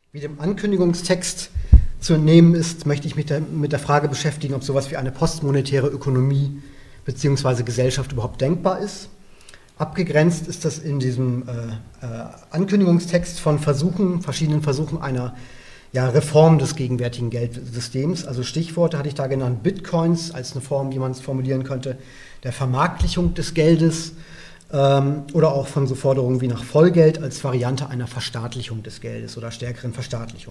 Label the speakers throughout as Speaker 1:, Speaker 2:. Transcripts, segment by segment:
Speaker 1: Wie dem Ankündigungstext zu entnehmen ist, möchte ich mich mit der Frage beschäftigen, ob sowas wie eine postmonetäre Ökonomie bzw. Gesellschaft überhaupt denkbar ist. Abgegrenzt ist das in diesem Ankündigungstext von verschiedenen Versuchen einer Reform des gegenwärtigen Geldsystems. Also Stichworte hatte ich da genannt: Bitcoins als eine Form, wie man es formulieren könnte, der Vermarktlichung des Geldes, oder auch von so Forderungen wie nach Vollgeld als Variante einer Verstaatlichung des Geldes oder stärkeren Verstaatlichung.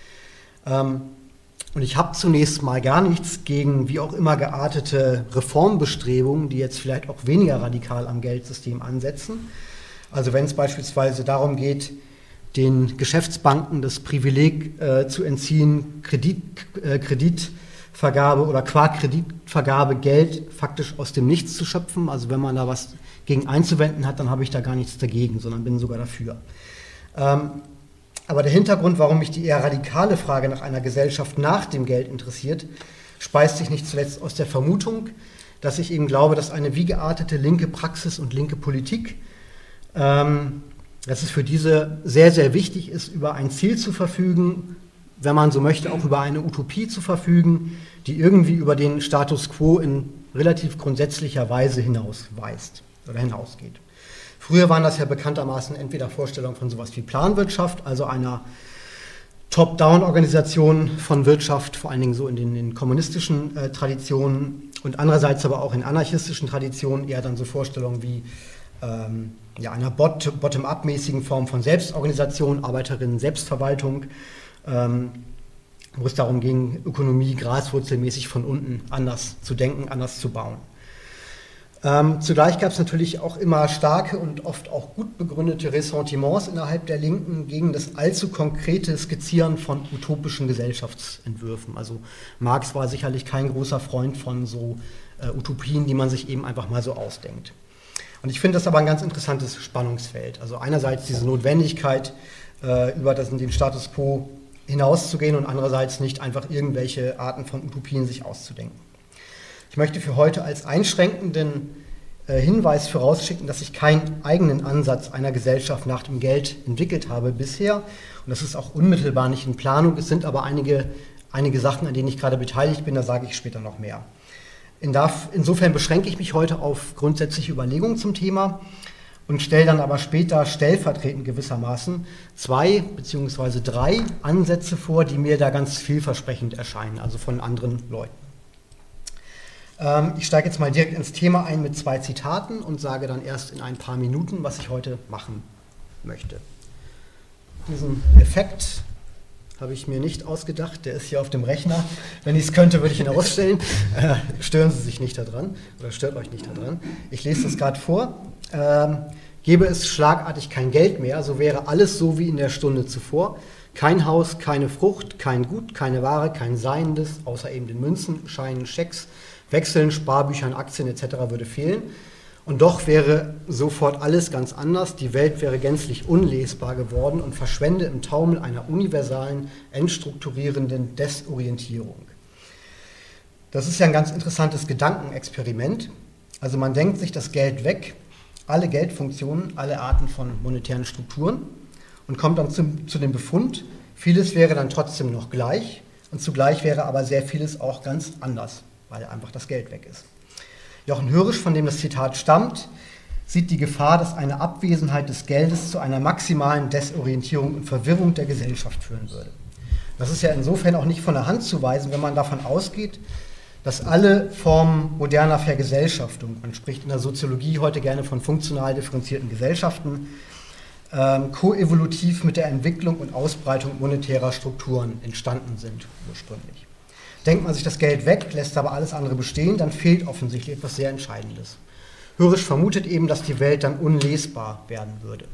Speaker 1: Und ich habe zunächst mal gar nichts gegen wie auch immer geartete Reformbestrebungen, die jetzt vielleicht auch weniger radikal am Geldsystem ansetzen. Also wenn es beispielsweise darum geht, den Geschäftsbanken das Privileg zu entziehen, Kreditvergabe oder qua Kreditvergabe Geld faktisch aus dem Nichts zu schöpfen. Also wenn man da was gegen einzuwenden hat, dann habe ich da gar nichts dagegen, sondern bin sogar dafür. Aber der Hintergrund, warum mich die eher radikale Frage nach einer Gesellschaft nach dem Geld interessiert, speist sich nicht zuletzt aus der Vermutung, dass ich eben glaube, dass eine wie geartete linke Praxis und linke Politik, dass es für diese sehr, sehr wichtig ist, über ein Ziel zu verfügen, wenn man so möchte, auch über eine Utopie zu verfügen, die irgendwie über den Status quo in relativ grundsätzlicher Weise hinausweist oder hinausgeht. Früher waren das ja bekanntermaßen entweder Vorstellungen von sowas wie Planwirtschaft, also einer Top-Down-Organisation von Wirtschaft, vor allen Dingen so in den kommunistischen Traditionen, und andererseits aber auch in anarchistischen Traditionen eher dann so Vorstellungen wie einer Bottom-up-mäßigen Form von Selbstorganisation, Arbeiterinnen-Selbstverwaltung, wo es darum ging, Ökonomie graswurzelmäßig von unten anders zu denken, anders zu bauen. Zugleich gab es natürlich auch immer starke und oft auch gut begründete Ressentiments innerhalb der Linken gegen das allzu konkrete Skizzieren von utopischen Gesellschaftsentwürfen. Also Marx war sicherlich kein großer Freund von so Utopien, die man sich eben einfach mal so ausdenkt. Und ich finde das aber ein ganz interessantes Spannungsfeld. Also einerseits diese Notwendigkeit, über den Status quo hinauszugehen, und andererseits nicht einfach irgendwelche Arten von Utopien sich auszudenken. Ich möchte für heute als einschränkenden Hinweis vorausschicken, dass ich keinen eigenen Ansatz einer Gesellschaft nach dem Geld entwickelt habe bisher. Und das ist auch unmittelbar nicht in Planung. Es sind aber einige Sachen, an denen ich gerade beteiligt bin, da sage ich später noch mehr. Insofern beschränke ich mich heute auf grundsätzliche Überlegungen zum Thema und stelle dann aber später stellvertretend gewissermaßen 2 bzw. 3 Ansätze vor, die mir da ganz vielversprechend erscheinen, also von anderen Leuten. Ich steige jetzt mal direkt ins Thema ein mit 2 Zitaten und sage dann erst in ein paar Minuten, was ich heute machen möchte. Diesen Effekt habe ich mir nicht ausgedacht, der ist hier auf dem Rechner. Wenn ich es könnte, würde ich ihn ausstellen. Stören Sie sich nicht daran oder stört euch nicht daran. Ich lese das gerade vor. Gäbe es schlagartig kein Geld mehr, so wäre alles so wie in der Stunde zuvor. Kein Haus, keine Frucht, kein Gut, keine Ware, kein Seiendes, außer eben den Münzen, Scheinen, Schecks, Wechseln, Sparbüchern, Aktien etc. würde fehlen. Und doch wäre sofort alles ganz anders. Die Welt wäre gänzlich unlesbar geworden und verschwände im Taumel einer universalen, entstrukturierenden Desorientierung. Das ist ja ein ganz interessantes Gedankenexperiment. Also man denkt sich das Geld weg, alle Geldfunktionen, alle Arten von monetären Strukturen, und kommt dann zu dem Befund, vieles wäre dann trotzdem noch gleich und zugleich wäre aber sehr vieles auch ganz anders, weil einfach das Geld weg ist. Jochen Hörisch, von dem das Zitat stammt, sieht die Gefahr, dass eine Abwesenheit des Geldes zu einer maximalen Desorientierung und Verwirrung der Gesellschaft führen würde. Das ist ja insofern auch nicht von der Hand zu weisen, wenn man davon ausgeht, dass alle Formen moderner Vergesellschaftung, man spricht in der Soziologie heute gerne von funktional differenzierten Gesellschaften, koevolutiv mit der Entwicklung und Ausbreitung monetärer Strukturen entstanden sind ursprünglich. Denkt man sich das Geld weg, lässt aber alles andere bestehen, dann fehlt offensichtlich etwas sehr Entscheidendes. Hörisch vermutet eben, dass die Welt dann unlesbar werden würde.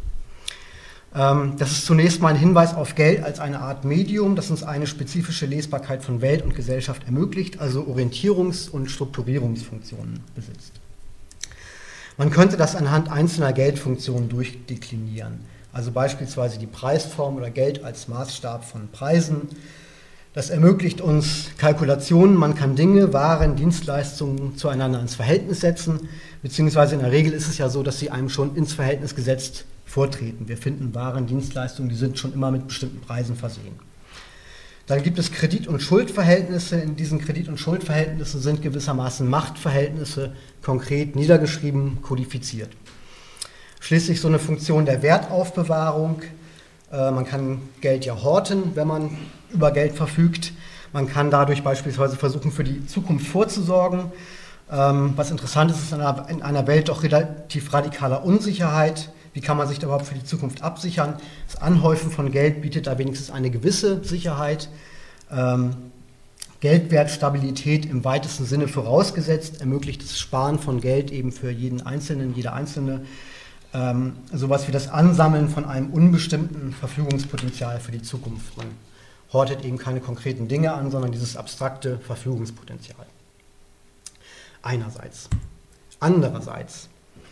Speaker 1: Das ist zunächst mal ein Hinweis auf Geld als eine Art Medium, das uns eine spezifische Lesbarkeit von Welt und Gesellschaft ermöglicht, also Orientierungs- und Strukturierungsfunktionen besitzt. Man könnte das anhand einzelner Geldfunktionen durchdeklinieren, also beispielsweise die Preisform oder Geld als Maßstab von Preisen. Das ermöglicht uns Kalkulationen, man kann Dinge, Waren, Dienstleistungen zueinander ins Verhältnis setzen, beziehungsweise in der Regel ist es ja so, dass sie einem schon ins Verhältnis gesetzt vortreten. Wir finden Waren, Dienstleistungen, die sind schon immer mit bestimmten Preisen versehen. Dann gibt es Kredit- und Schuldverhältnisse. In diesen Kredit- und Schuldverhältnissen sind gewissermaßen Machtverhältnisse konkret niedergeschrieben, kodifiziert. Schließlich so eine Funktion der Wertaufbewahrung. Man kann Geld ja horten, wenn man über Geld verfügt. Man kann dadurch beispielsweise versuchen, für die Zukunft vorzusorgen. Was interessant ist, ist in einer Welt doch relativ radikaler Unsicherheit. Wie kann man sich da überhaupt für die Zukunft absichern? Das Anhäufen von Geld bietet da wenigstens eine gewisse Sicherheit. Geldwertstabilität im weitesten Sinne vorausgesetzt, ermöglicht das Sparen von Geld eben für jeden Einzelnen, jeder Einzelne. Sowas wie das Ansammeln von einem unbestimmten Verfügungspotenzial für die Zukunft. Man hortet eben keine konkreten Dinge an, sondern dieses abstrakte Verfügungspotenzial. Einerseits. Andererseits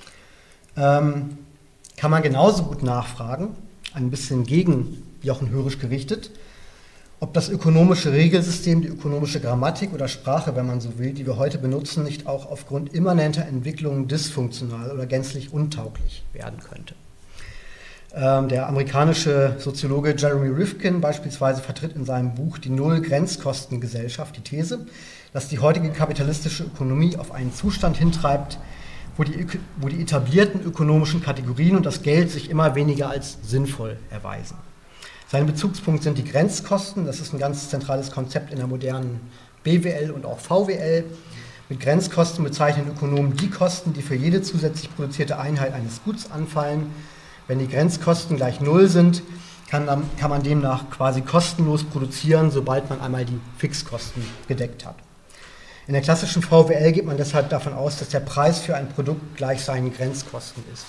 Speaker 1: kann man genauso gut nachfragen, ein bisschen gegen Jochen Hörisch gerichtet, ob das ökonomische Regelsystem, die ökonomische Grammatik oder Sprache, wenn man so will, die wir heute benutzen, nicht auch aufgrund immanenter Entwicklungen dysfunktional oder gänzlich untauglich werden könnte. Der amerikanische Soziologe Jeremy Rifkin beispielsweise vertritt in seinem Buch Die Null-Grenzkostengesellschaft die These, dass die heutige kapitalistische Ökonomie auf einen Zustand hintreibt, wo die etablierten ökonomischen Kategorien und das Geld sich immer weniger als sinnvoll erweisen. Sein Bezugspunkt sind die Grenzkosten. Das ist ein ganz zentrales Konzept in der modernen BWL und auch VWL. Mit Grenzkosten bezeichnen Ökonomen die Kosten, die für jede zusätzlich produzierte Einheit eines Guts anfallen. Wenn die Grenzkosten gleich Null sind, kann man demnach quasi kostenlos produzieren, sobald man einmal die Fixkosten gedeckt hat. In der klassischen VWL geht man deshalb davon aus, dass der Preis für ein Produkt gleich seinen Grenzkosten ist.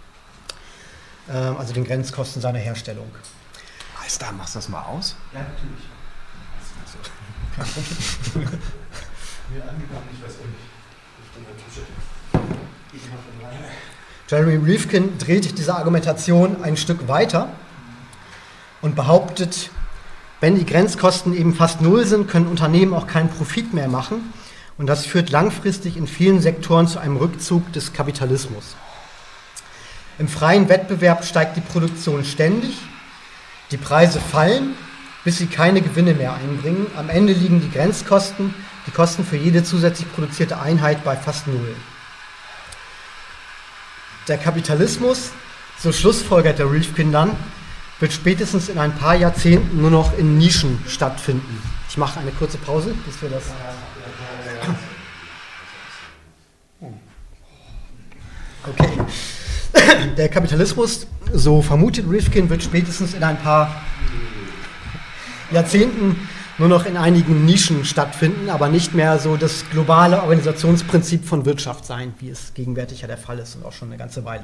Speaker 1: Also den Grenzkosten seiner Herstellung.
Speaker 2: Da machst du das mal aus?
Speaker 3: Ja, natürlich. Mir angekommen, ich weiß nicht.
Speaker 1: Jeremy Rifkin dreht diese Argumentation ein Stück weiter und behauptet, wenn die Grenzkosten eben fast null sind, können Unternehmen auch keinen Profit mehr machen. Und das führt langfristig in vielen Sektoren zu einem Rückzug des Kapitalismus. Im freien Wettbewerb steigt die Produktion ständig. Die Preise fallen, bis sie keine Gewinne mehr einbringen. Am Ende liegen die Grenzkosten, die Kosten für jede zusätzlich produzierte Einheit bei fast null. Der Kapitalismus, so schlussfolgert der Rifkin dann, wird spätestens in ein paar Jahrzehnten nur noch in Nischen stattfinden. Ich mache eine kurze Pause, bis wir das... Okay. Der Kapitalismus, so vermutet Rifkin, wird spätestens in ein paar Jahrzehnten nur noch in einigen Nischen stattfinden, aber nicht mehr so das globale Organisationsprinzip von Wirtschaft sein, wie es gegenwärtig ja der Fall ist und auch schon eine ganze Weile.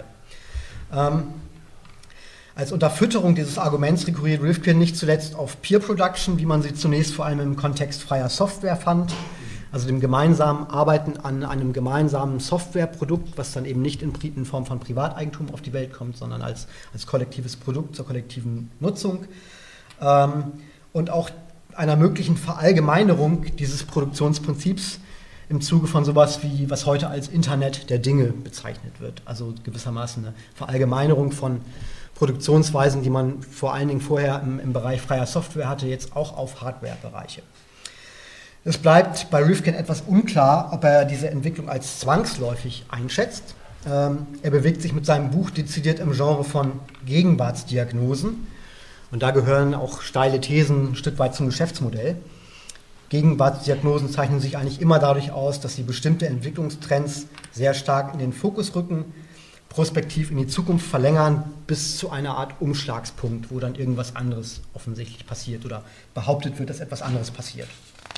Speaker 1: Als Unterfütterung dieses Arguments rekurriert Rifkin nicht zuletzt auf Peer Production, wie man sie zunächst vor allem im Kontext freier Software fand, also dem gemeinsamen Arbeiten an einem gemeinsamen Softwareprodukt, was dann eben nicht in Form von Privateigentum auf die Welt kommt, sondern als kollektives Produkt zur kollektiven Nutzung. Und auch einer möglichen Verallgemeinerung dieses Produktionsprinzips im Zuge von sowas wie, was heute als Internet der Dinge bezeichnet wird. Also gewissermaßen eine Verallgemeinerung von Produktionsweisen, die man vor allen Dingen vorher im Bereich freier Software hatte, jetzt auch auf Hardware-Bereiche. Es bleibt bei Rifkin etwas unklar, ob er diese Entwicklung als zwangsläufig einschätzt. Er bewegt sich mit seinem Buch dezidiert im Genre von Gegenwartsdiagnosen. Und da gehören auch steile Thesen ein Stück weit zum Geschäftsmodell. Gegenwartsdiagnosen zeichnen sich eigentlich immer dadurch aus, dass sie bestimmte Entwicklungstrends sehr stark in den Fokus rücken, prospektiv in die Zukunft verlängern, bis zu einer Art Umschlagspunkt, wo dann irgendwas anderes offensichtlich passiert oder behauptet wird, dass etwas anderes passiert.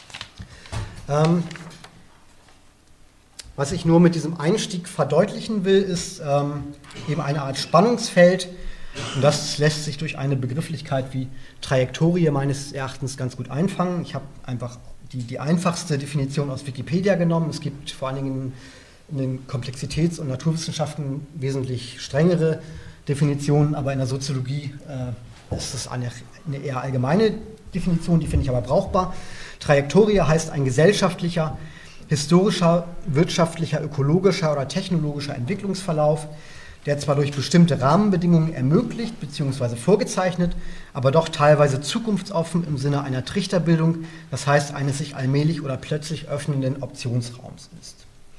Speaker 1: Was ich nur mit diesem Einstieg verdeutlichen will, ist eben eine Art Spannungsfeld. Und das lässt sich durch eine Begrifflichkeit wie Trajektorie meines Erachtens ganz gut einfangen. Ich habe einfach die einfachste Definition aus Wikipedia genommen. Es gibt vor allen Dingen in den Komplexitäts- und Naturwissenschaften wesentlich strengere Definitionen, aber in der Soziologie ist es eine eher allgemeine Definition, die finde ich aber brauchbar. Trajektorie heißt ein gesellschaftlicher, historischer, wirtschaftlicher, ökologischer oder technologischer Entwicklungsverlauf, der zwar durch bestimmte Rahmenbedingungen ermöglicht bzw. vorgezeichnet, aber doch teilweise zukunftsoffen im Sinne einer Trichterbildung, das heißt eines sich allmählich oder plötzlich öffnenden Optionsraums ist.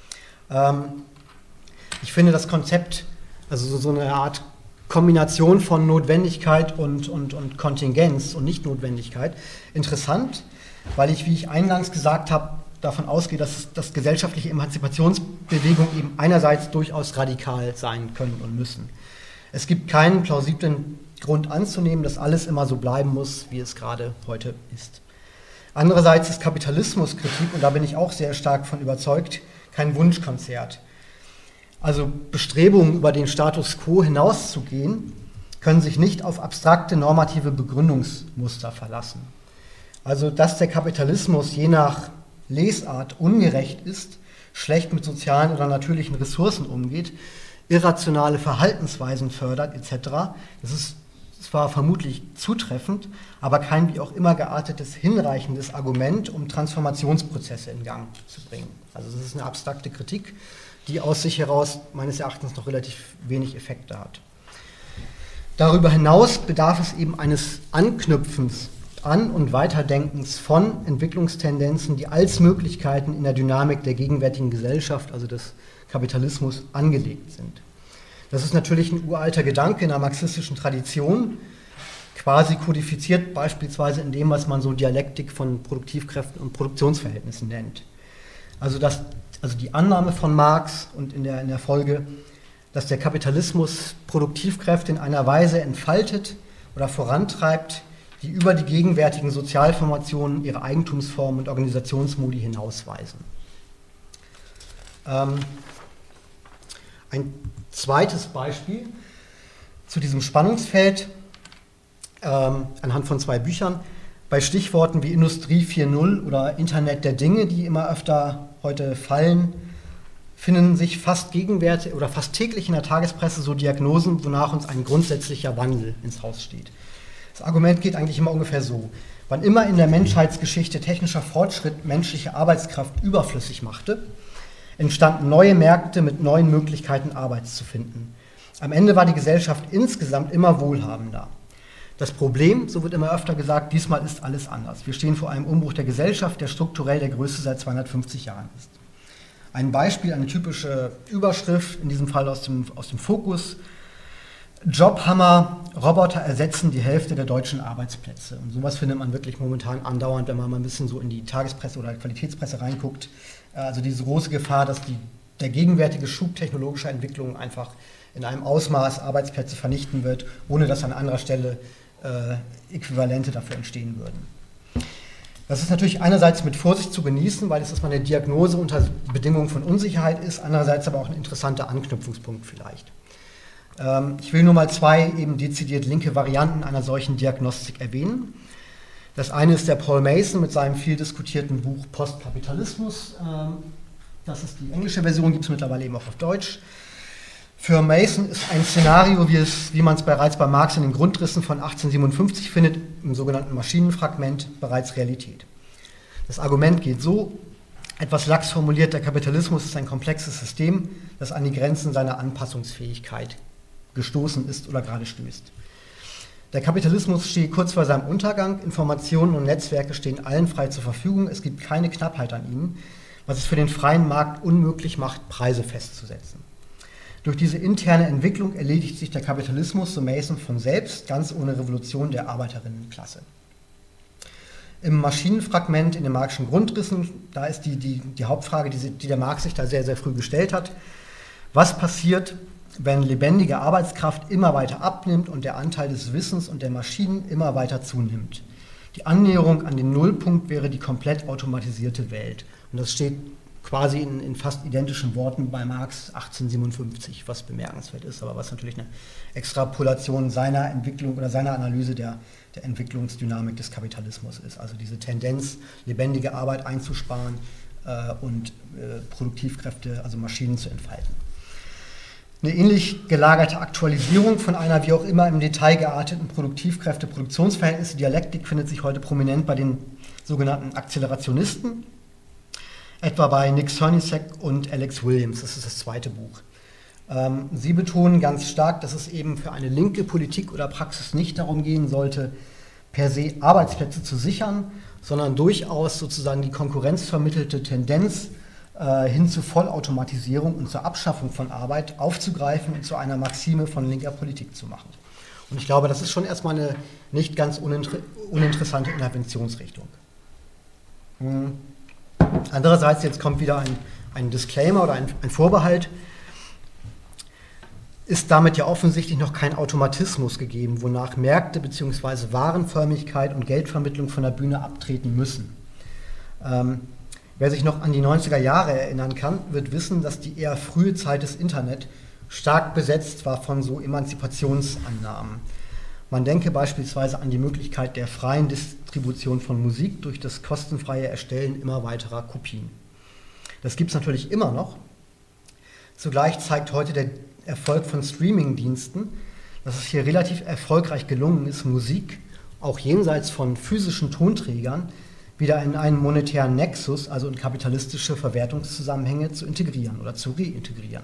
Speaker 1: Ich finde das Konzept, also so eine Art Kombination von Notwendigkeit und Kontingenz und Nichtnotwendigkeit, interessant, weil ich, wie ich eingangs gesagt habe, davon ausgehe, dass gesellschaftliche Emanzipationsbewegungen eben einerseits durchaus radikal sein können und müssen. Es gibt keinen plausiblen Grund anzunehmen, dass alles immer so bleiben muss, wie es gerade heute ist. Andererseits ist Kapitalismuskritik, und da bin ich auch sehr stark von überzeugt, kein Wunschkonzert. Also Bestrebungen, über den Status quo hinauszugehen, können sich nicht auf abstrakte normative Begründungsmuster verlassen. Also dass der Kapitalismus je nach Lesart ungerecht ist, schlecht mit sozialen oder natürlichen Ressourcen umgeht, irrationale Verhaltensweisen fördert etc., das ist zwar vermutlich zutreffend, aber kein wie auch immer geartetes, hinreichendes Argument, um Transformationsprozesse in Gang zu bringen. Also das ist eine abstrakte Kritik, die aus sich heraus meines Erachtens noch relativ wenig Effekte hat. Darüber hinaus bedarf es eben eines Anknüpfens an und Weiterdenkens von Entwicklungstendenzen, die als Möglichkeiten in der Dynamik der gegenwärtigen Gesellschaft, also des Kapitalismus, angelegt sind. Das ist natürlich ein uralter Gedanke in der marxistischen Tradition, quasi kodifiziert beispielsweise in dem, was man so Dialektik von Produktivkräften und Produktionsverhältnissen nennt. Also die Annahme von Marx und in der Folge, dass der Kapitalismus Produktivkräfte in einer Weise entfaltet oder vorantreibt, die über die gegenwärtigen Sozialformationen, ihre Eigentumsformen und Organisationsmodi hinausweisen. Ein zweites Beispiel zu diesem Spannungsfeld anhand von 2 Büchern. Bei Stichworten wie Industrie 4.0 oder Internet der Dinge, die immer öfter heute fallen, finden sich fast gegenwärtig oder fast täglich in der Tagespresse so Diagnosen, wonach uns ein grundsätzlicher Wandel ins Haus steht. Das Argument geht eigentlich immer ungefähr so: Wann immer in der Menschheitsgeschichte technischer Fortschritt menschliche Arbeitskraft überflüssig machte, entstanden neue Märkte mit neuen Möglichkeiten, Arbeit zu finden. Am Ende war die Gesellschaft insgesamt immer wohlhabender. Das Problem, so wird immer öfter gesagt, diesmal ist alles anders. Wir stehen vor einem Umbruch der Gesellschaft, der strukturell der größte seit 250 Jahren ist. Ein Beispiel, eine typische Überschrift, in diesem Fall aus dem Fokus: Jobhammer, Roboter ersetzen die Hälfte der deutschen Arbeitsplätze. Und sowas findet man wirklich momentan andauernd, wenn man mal ein bisschen so in die Tagespresse oder Qualitätspresse reinguckt. Also diese große Gefahr, dass der gegenwärtige Schub technologischer Entwicklungen einfach in einem Ausmaß Arbeitsplätze vernichten wird, ohne dass an anderer Stelle Äquivalente dafür entstehen würden. Das ist natürlich einerseits mit Vorsicht zu genießen, weil es erstmal eine Diagnose unter Bedingungen von Unsicherheit ist, andererseits aber auch ein interessanter Anknüpfungspunkt vielleicht. Ich will nur mal 2 eben dezidiert linke Varianten einer solchen Diagnostik erwähnen. Das eine ist der Paul Mason mit seinem viel diskutierten Buch Postkapitalismus. Das ist die englische Version, gibt es mittlerweile eben auch auf Deutsch. Für Mason ist ein Szenario, wie man es bereits bei Marx in den Grundrissen von 1857 findet, im sogenannten Maschinenfragment, bereits Realität. Das Argument geht so: Etwas lax formuliert, der Kapitalismus ist ein komplexes System, das an die Grenzen seiner Anpassungsfähigkeit gestoßen ist oder gerade stößt. Der Kapitalismus steht kurz vor seinem Untergang, Informationen und Netzwerke stehen allen frei zur Verfügung, es gibt keine Knappheit an ihnen, was es für den freien Markt unmöglich macht, Preise festzusetzen. Durch diese interne Entwicklung erledigt sich der Kapitalismus, so Mason, von selbst, ganz ohne Revolution der Arbeiterinnenklasse. Im Maschinenfragment in den Marxischen Grundrissen, da ist die Hauptfrage, die der Marx sich da sehr, sehr früh gestellt hat: Was passiert, wenn lebendige Arbeitskraft immer weiter abnimmt und der Anteil des Wissens und der Maschinen immer weiter zunimmt? Die Annäherung an den Nullpunkt wäre die komplett automatisierte Welt. Und das steht quasi in fast identischen Worten bei Marx 1857, was bemerkenswert ist, aber was natürlich eine Extrapolation seiner Entwicklung oder seiner Analyse der Entwicklungsdynamik des Kapitalismus ist. Also diese Tendenz, lebendige Arbeit einzusparen und Produktivkräfte, also Maschinen, zu entfalten. Eine ähnlich gelagerte Aktualisierung von einer wie auch immer im Detail gearteten Produktivkräfte-Produktionsverhältnisse Dialektik findet sich heute prominent bei den sogenannten Akzelerationisten, etwa bei Nick Cernisek und Alex Williams. Das ist das zweite Buch. Sie betonen ganz stark, dass es eben für eine linke Politik oder Praxis nicht darum gehen sollte, per se Arbeitsplätze zu sichern, sondern durchaus sozusagen die konkurrenzvermittelte Tendenz hin zu Vollautomatisierung und zur Abschaffung von Arbeit aufzugreifen und zu einer Maxime von linker Politik zu machen. Und ich glaube, das ist schon erstmal eine nicht ganz uninteressante Interventionsrichtung. Andererseits, jetzt kommt wieder ein Disclaimer oder ein Vorbehalt, ist damit ja offensichtlich noch kein Automatismus gegeben, wonach Märkte bzw. Warenförmigkeit und Geldvermittlung von der Bühne abtreten müssen. Wer sich noch an die 90er Jahre erinnern kann, wird wissen, dass die eher frühe Zeit des Internet stark besetzt war von so Emanzipationsannahmen. Man denke beispielsweise an die Möglichkeit der freien Distribution von Musik durch das kostenfreie Erstellen immer weiterer Kopien. Das gibt es natürlich immer noch. Zugleich zeigt heute der Erfolg von Streaming-Diensten, dass es hier relativ erfolgreich gelungen ist, Musik, auch jenseits von physischen Tonträgern, wieder in einen monetären Nexus, also in kapitalistische Verwertungszusammenhänge zu integrieren oder zu reintegrieren.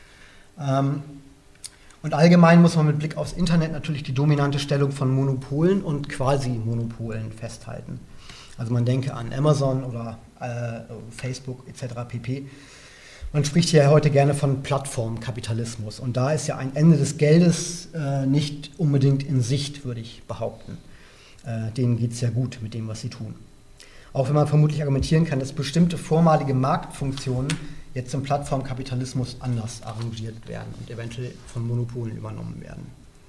Speaker 1: Und allgemein muss man mit Blick aufs Internet natürlich die dominante Stellung von Monopolen und Quasi-Monopolen festhalten. Also man denke an Amazon oder Facebook etc. pp. Man spricht hier heute gerne von Plattformkapitalismus und da ist ja ein Ende des Geldes nicht unbedingt in Sicht, würde ich behaupten. Denen geht es ja gut mit dem, was sie tun. Auch wenn man vermutlich argumentieren kann, dass bestimmte vormalige Marktfunktionen jetzt im Plattformkapitalismus anders arrangiert werden und eventuell von Monopolen übernommen werden.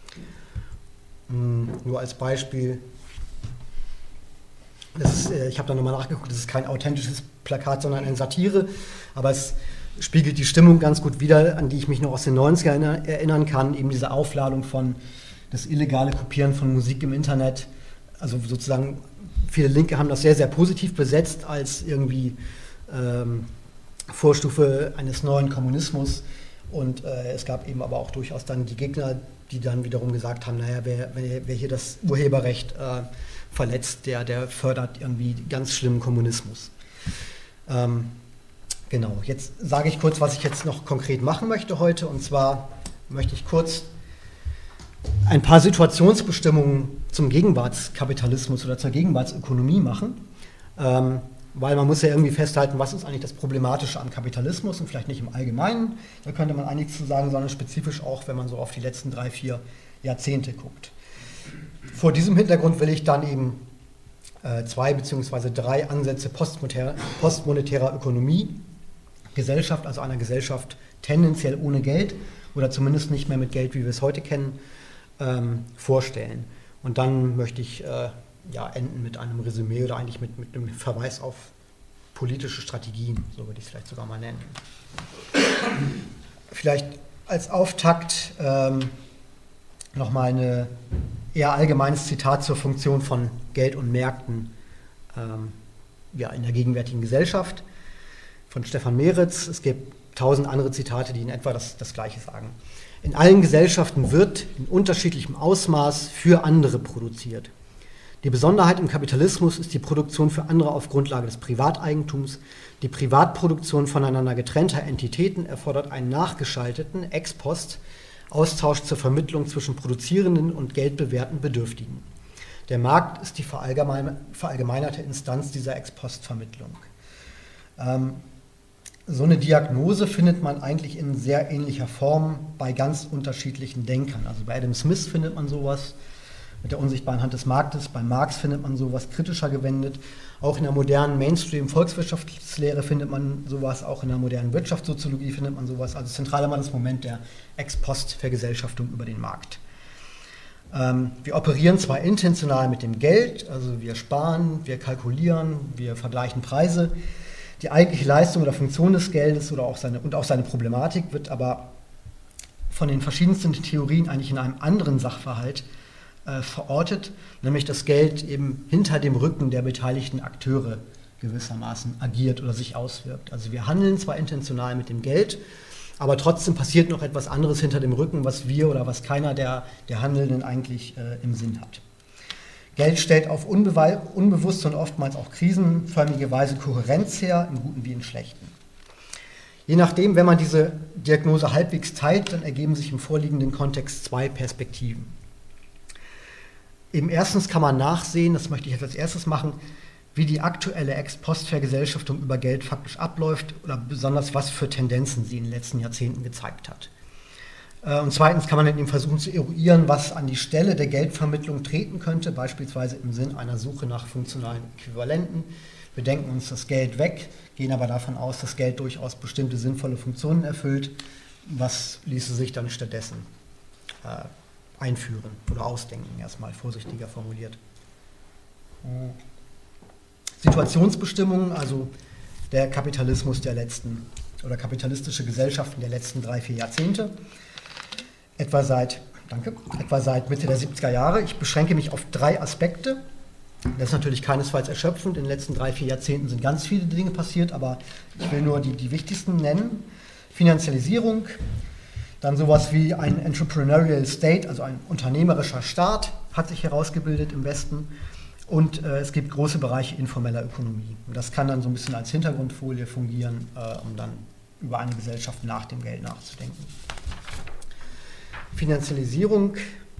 Speaker 1: Nur als Beispiel, ich habe da nochmal nachgeguckt, das ist kein authentisches Plakat, sondern eine Satire, aber es spiegelt die Stimmung ganz gut wider, an die ich mich noch aus den 90ern erinnern kann, eben diese Aufladung von das illegale Kopieren von Musik im Internet, also sozusagen viele Linke haben das sehr, sehr positiv besetzt als irgendwie Vorstufe eines neuen Kommunismus und es gab eben aber auch durchaus dann die Gegner, die dann wiederum gesagt haben, naja, wer hier das Urheberrecht verletzt, der fördert irgendwie ganz schlimmen Kommunismus. Genau, jetzt sage ich kurz, was ich jetzt noch konkret machen möchte heute, und zwar möchte ich kurz ein paar Situationsbestimmungen zum Gegenwartskapitalismus oder zur Gegenwartsökonomie machen, weil man muss ja irgendwie festhalten, was ist eigentlich das Problematische am Kapitalismus und vielleicht nicht im Allgemeinen, da könnte man einiges zu sagen, sondern spezifisch auch, wenn man so auf die letzten 3-4 Jahrzehnte guckt. Vor diesem Hintergrund will ich dann eben 2 bzw. 3 Ansätze postmonetärer Ökonomie, Gesellschaft, also einer Gesellschaft tendenziell ohne Geld oder zumindest nicht mehr mit Geld, wie wir es heute kennen, vorstellen. Und dann möchte ich enden mit einem Resümee oder eigentlich mit einem Verweis auf politische Strategien, so würde ich es vielleicht sogar mal nennen. Vielleicht als Auftakt nochmal ein eher allgemeines Zitat zur Funktion von Geld und Märkten in der gegenwärtigen Gesellschaft von Stefan Meritz. Es gibt 1000 andere Zitate, die in etwa das Gleiche sagen. In allen Gesellschaften wird in unterschiedlichem Ausmaß für andere produziert. Die Besonderheit im Kapitalismus ist die Produktion für andere auf Grundlage des Privateigentums. Die Privatproduktion voneinander getrennter Entitäten erfordert einen nachgeschalteten, ex post, Austausch zur Vermittlung zwischen produzierenden und geldbewährten Bedürftigen. Der Markt ist die verallgemeinerte Instanz dieser Ex-Post-Vermittlung. So eine Diagnose findet man eigentlich in sehr ähnlicher Form bei ganz unterschiedlichen Denkern. Also bei Adam Smith findet man sowas mit der unsichtbaren Hand des Marktes, bei Marx findet man sowas kritischer gewendet. Auch in der modernen Mainstream-Volkswirtschaftslehre findet man sowas, auch in der modernen Wirtschaftssoziologie findet man sowas. Also zentral immer das Moment der Ex-Post-Vergesellschaftung über den Markt. Wir operieren zwar intentional mit dem Geld, also wir sparen, wir kalkulieren, wir vergleichen Preise. Die eigentliche Leistung oder Funktion des Geldes oder auch seine Problematik wird aber von den verschiedensten Theorien eigentlich in einem anderen Sachverhalt verortet, nämlich das Geld eben hinter dem Rücken der beteiligten Akteure gewissermaßen agiert oder sich auswirkt. Also wir handeln zwar intentional mit dem Geld, aber trotzdem passiert noch etwas anderes hinter dem Rücken, was wir oder was keiner der Handelnden eigentlich im Sinn hat. Geld stellt auf unbewusste und oftmals auch krisenförmige Weise Kohärenz her, im Guten wie im Schlechten. Je nachdem, wenn man diese Diagnose halbwegs teilt, dann ergeben sich im vorliegenden Kontext zwei Perspektiven. Eben erstens kann man nachsehen, das möchte ich jetzt als erstes machen, wie die aktuelle Ex-Post-Vergesellschaftung über Geld faktisch abläuft oder besonders was für Tendenzen sie in den letzten Jahrzehnten gezeigt hat. Und zweitens kann man dann eben versuchen zu eruieren, was an die Stelle der Geldvermittlung treten könnte, beispielsweise im Sinn einer Suche nach funktionalen Äquivalenten. Wir denken uns das Geld weg, gehen aber davon aus, dass Geld durchaus bestimmte sinnvolle Funktionen erfüllt. Was ließe sich dann stattdessen einführen oder ausdenken, erstmal vorsichtiger formuliert. Situationsbestimmungen, also der Kapitalismus der letzten oder kapitalistische Gesellschaften der letzten 3-4 Jahrzehnte, etwa seit Mitte der 70er Jahre. Ich beschränke mich auf 3 Aspekte. Das ist natürlich keinesfalls erschöpfend. In den letzten 3-4 Jahrzehnten sind ganz viele Dinge passiert, aber ich will nur die wichtigsten nennen. Finanzialisierung, dann sowas wie ein Entrepreneurial State, also ein unternehmerischer Staat, hat sich herausgebildet im Westen. Und es gibt große Bereiche informeller Ökonomie. Und das kann dann so ein bisschen als Hintergrundfolie fungieren, um dann über eine Gesellschaft nach dem Geld nachzudenken. Finanzialisierung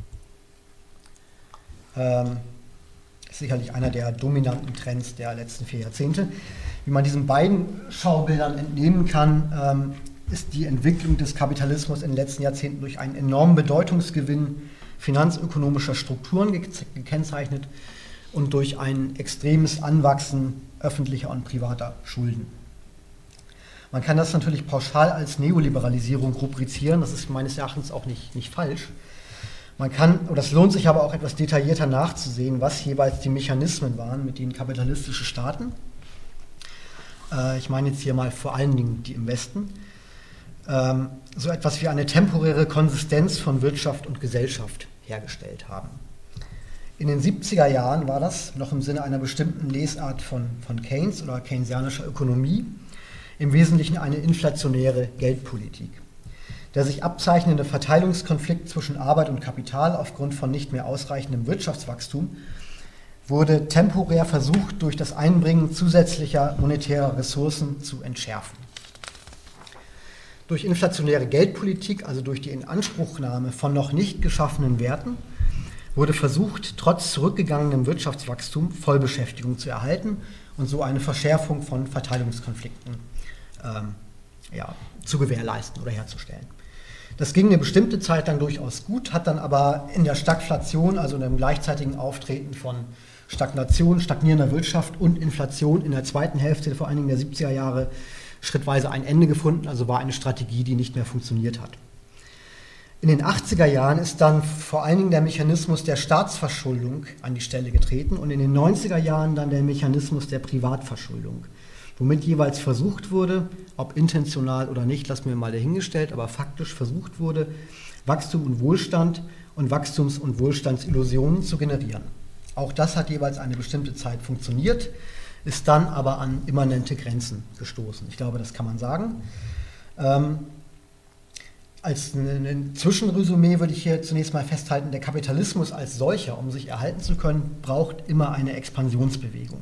Speaker 1: ist sicherlich einer der dominanten Trends der letzten 4 Jahrzehnte. Wie man diesen beiden Schaubildern entnehmen kann, ist die Entwicklung des Kapitalismus in den letzten Jahrzehnten durch einen enormen Bedeutungsgewinn finanzökonomischer Strukturen gekennzeichnet und durch ein extremes Anwachsen öffentlicher und privater Schulden. Man kann das natürlich pauschal als Neoliberalisierung rubrizieren, das ist meines Erachtens auch nicht falsch. Es lohnt sich aber auch etwas detaillierter nachzusehen, was jeweils die Mechanismen waren, mit denen kapitalistische Staaten, ich meine jetzt hier mal vor allen Dingen die im Westen, so etwas wie eine temporäre Konsistenz von Wirtschaft und Gesellschaft hergestellt haben. In den 70er Jahren war das noch im Sinne einer bestimmten Lesart von Keynes oder keynesianischer Ökonomie im Wesentlichen eine inflationäre Geldpolitik. Der sich abzeichnende Verteilungskonflikt zwischen Arbeit und Kapital aufgrund von nicht mehr ausreichendem Wirtschaftswachstum wurde temporär versucht, durch das Einbringen zusätzlicher monetärer Ressourcen zu entschärfen. Durch inflationäre Geldpolitik, also durch die Inanspruchnahme von noch nicht geschaffenen Werten, wurde versucht, trotz zurückgegangenem Wirtschaftswachstum Vollbeschäftigung zu erhalten und so eine Verschärfung von Verteilungskonflikten zu gewährleisten oder herzustellen. Das ging eine bestimmte Zeit lang durchaus gut, hat dann aber in der Stagflation, also in dem gleichzeitigen Auftreten von Stagnation, stagnierender Wirtschaft und Inflation in der zweiten Hälfte, vor allen Dingen der 70er Jahre, schrittweise ein Ende gefunden, also war eine Strategie, die nicht mehr funktioniert hat. In den 80er Jahren ist dann vor allen Dingen der Mechanismus der Staatsverschuldung an die Stelle getreten und in den 90er Jahren dann der Mechanismus der Privatverschuldung, womit jeweils versucht wurde, ob intentional oder nicht, lassen wir mal dahingestellt, aber faktisch versucht wurde, Wachstum und Wohlstand und Wachstums- und Wohlstandsillusionen zu generieren. Auch das hat jeweils eine bestimmte Zeit funktioniert, ist dann aber an immanente Grenzen gestoßen. Ich glaube, das kann man sagen. Als ein Zwischenresümee würde ich hier zunächst mal festhalten, der Kapitalismus als solcher, um sich erhalten zu können, braucht immer eine Expansionsbewegung.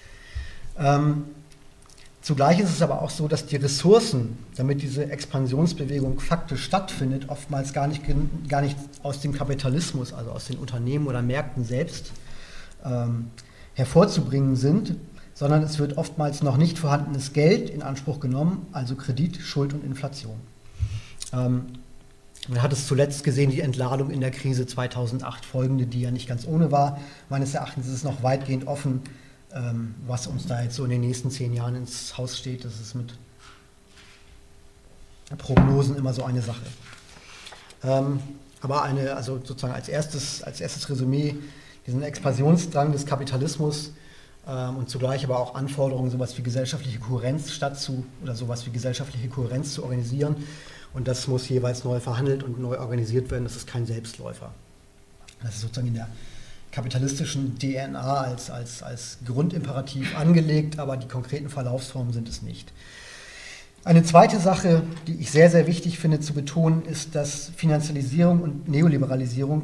Speaker 1: Zugleich ist es aber auch so, dass die Ressourcen, damit diese Expansionsbewegung faktisch stattfindet, oftmals gar nicht aus dem Kapitalismus, also aus den Unternehmen oder Märkten selbst hervorzubringen sind, sondern es wird oftmals noch nicht vorhandenes Geld in Anspruch genommen, also Kredit, Schuld und Inflation. Man hat es zuletzt gesehen, die Entladung in der Krise 2008 folgende, die ja nicht ganz ohne war. Meines Erachtens ist es noch weitgehend offen, was uns da jetzt so in den nächsten 10 Jahren ins Haus steht. Das ist mit Prognosen immer so eine Sache. Aber also sozusagen als erstes Resümee, diesen Expansionsdrang des Kapitalismus und zugleich aber auch Anforderungen, sowas wie gesellschaftliche Kohärenz zu organisieren. Und das muss jeweils neu verhandelt und neu organisiert werden. Das ist kein Selbstläufer. Das ist sozusagen in der kapitalistischen DNA als Grundimperativ angelegt, aber die konkreten Verlaufsformen sind es nicht. Eine zweite Sache, die ich sehr, sehr wichtig finde zu betonen, ist, dass Finanzialisierung und Neoliberalisierung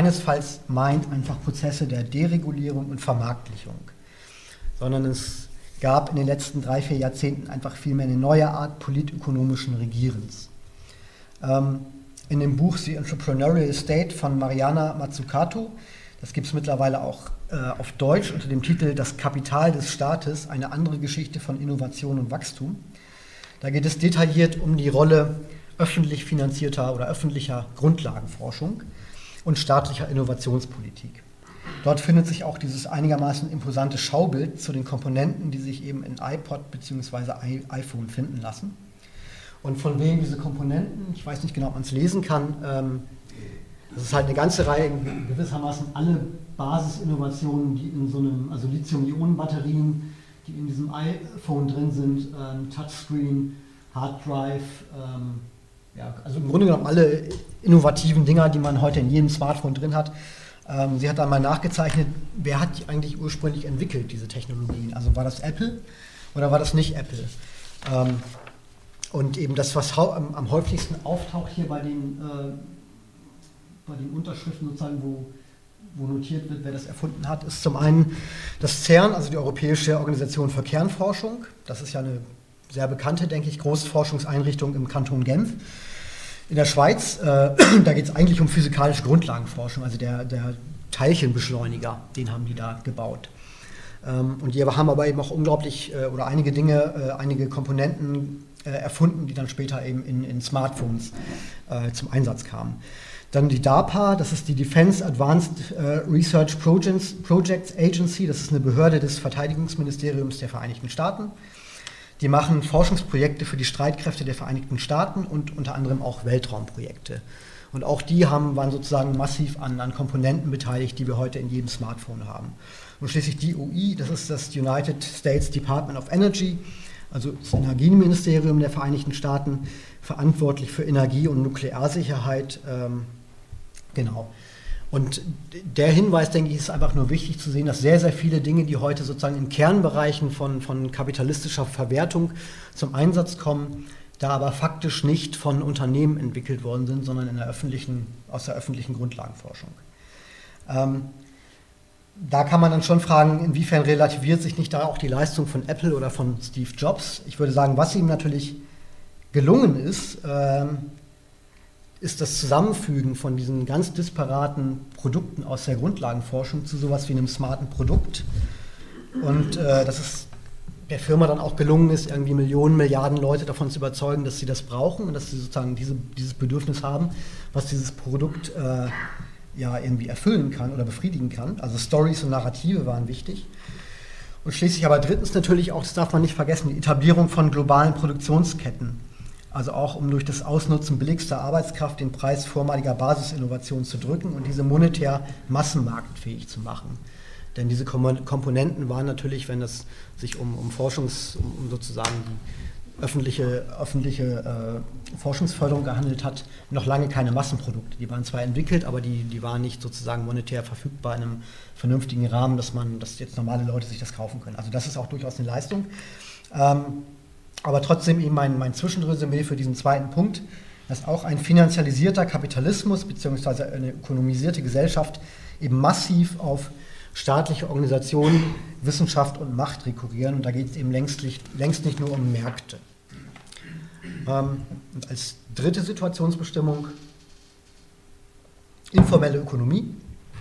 Speaker 1: keinesfalls meint einfach Prozesse der Deregulierung und Vermarktlichung, sondern es gab in den letzten 3-4 Jahrzehnten einfach vielmehr eine neue Art politökonomischen Regierens. In dem Buch The Entrepreneurial State von Mariana Mazzucato, das gibt es mittlerweile auch auf Deutsch unter dem Titel Das Kapital des Staates, eine andere Geschichte von Innovation und Wachstum. Da geht es detailliert um die Rolle öffentlich finanzierter oder öffentlicher Grundlagenforschung und staatlicher Innovationspolitik. Dort findet sich auch dieses einigermaßen imposante Schaubild zu den Komponenten, die sich eben in iPod bzw. iPhone finden lassen. Und von wem diese Komponenten, ich weiß nicht genau, ob man es lesen kann, das ist halt eine ganze Reihe, gewissermaßen alle Basisinnovationen, die in so einem, also Lithium-Ionen-Batterien, die in diesem iPhone drin sind, Touchscreen, Hard Drive, ja, also im Grunde genommen alle innovativen Dinger, die man heute in jedem Smartphone drin hat. Sie hat dann mal nachgezeichnet, wer hat die eigentlich ursprünglich entwickelt, diese Technologien. Also war das Apple oder war das nicht Apple? Und eben das, was am häufigsten auftaucht hier bei den Unterschriften sozusagen, wo notiert wird, wer das erfunden hat, ist zum einen das CERN, also die Europäische Organisation für Kernforschung. Das ist ja eine sehr bekannte, denke ich, Großforschungseinrichtung im Kanton Genf in der Schweiz. Da geht es eigentlich um physikalische Grundlagenforschung, also der Teilchenbeschleuniger, den haben die da gebaut. Und die haben aber eben auch unglaublich oder einige Dinge, einige Komponenten erfunden, die dann später eben in Smartphones zum Einsatz kamen. Dann die DARPA, das ist die Defense Advanced Research Projects Agency, das ist eine Behörde des Verteidigungsministeriums der Vereinigten Staaten. Die machen Forschungsprojekte für die Streitkräfte der Vereinigten Staaten und unter anderem auch Weltraumprojekte. Und auch die waren sozusagen massiv an Komponenten beteiligt, die wir heute in jedem Smartphone haben. Und schließlich die DOE, das ist das United States Department of Energy, also das Energieministerium der Vereinigten Staaten, verantwortlich für Energie- und Nuklearsicherheit. Genau. Und der Hinweis, denke ich, ist einfach nur wichtig zu sehen, dass sehr, sehr viele Dinge, die heute sozusagen in Kernbereichen von kapitalistischer Verwertung zum Einsatz kommen, da aber faktisch nicht von Unternehmen entwickelt worden sind, sondern aus der öffentlichen Grundlagenforschung. Da kann man dann schon fragen, inwiefern relativiert sich nicht da auch die Leistung von Apple oder von Steve Jobs? Ich würde sagen, was ihm natürlich gelungen ist, ist das Zusammenfügen von diesen ganz disparaten Produkten aus der Grundlagenforschung zu sowas wie einem smarten Produkt. Und dass es der Firma dann auch gelungen ist, irgendwie Millionen, Milliarden Leute davon zu überzeugen, dass sie das brauchen und dass sie sozusagen dieses Bedürfnis haben, was dieses Produkt ja irgendwie erfüllen kann oder befriedigen kann. Also Stories und Narrative waren wichtig. Und schließlich aber drittens natürlich auch, das darf man nicht vergessen, die Etablierung von globalen Produktionsketten. Also auch, um durch das Ausnutzen billigster Arbeitskraft den Preis vormaliger Basisinnovation zu drücken und diese monetär massenmarktfähig zu machen. Denn diese Komponenten waren natürlich, wenn es sich um sozusagen die öffentliche Forschungsförderung gehandelt hat, noch lange keine Massenprodukte. Die waren zwar entwickelt, aber die waren nicht sozusagen monetär verfügbar in einem vernünftigen Rahmen, dass jetzt normale Leute sich das kaufen können. Also das ist auch durchaus eine Leistung. Aber trotzdem eben mein Zwischenresümee für diesen zweiten Punkt, dass auch ein finanzialisierter Kapitalismus bzw. eine ökonomisierte Gesellschaft eben massiv auf staatliche Organisationen, Wissenschaft und Macht rekurrieren. Und da geht es eben längst nicht nur um Märkte. Und als dritte Situationsbestimmung informelle Ökonomie.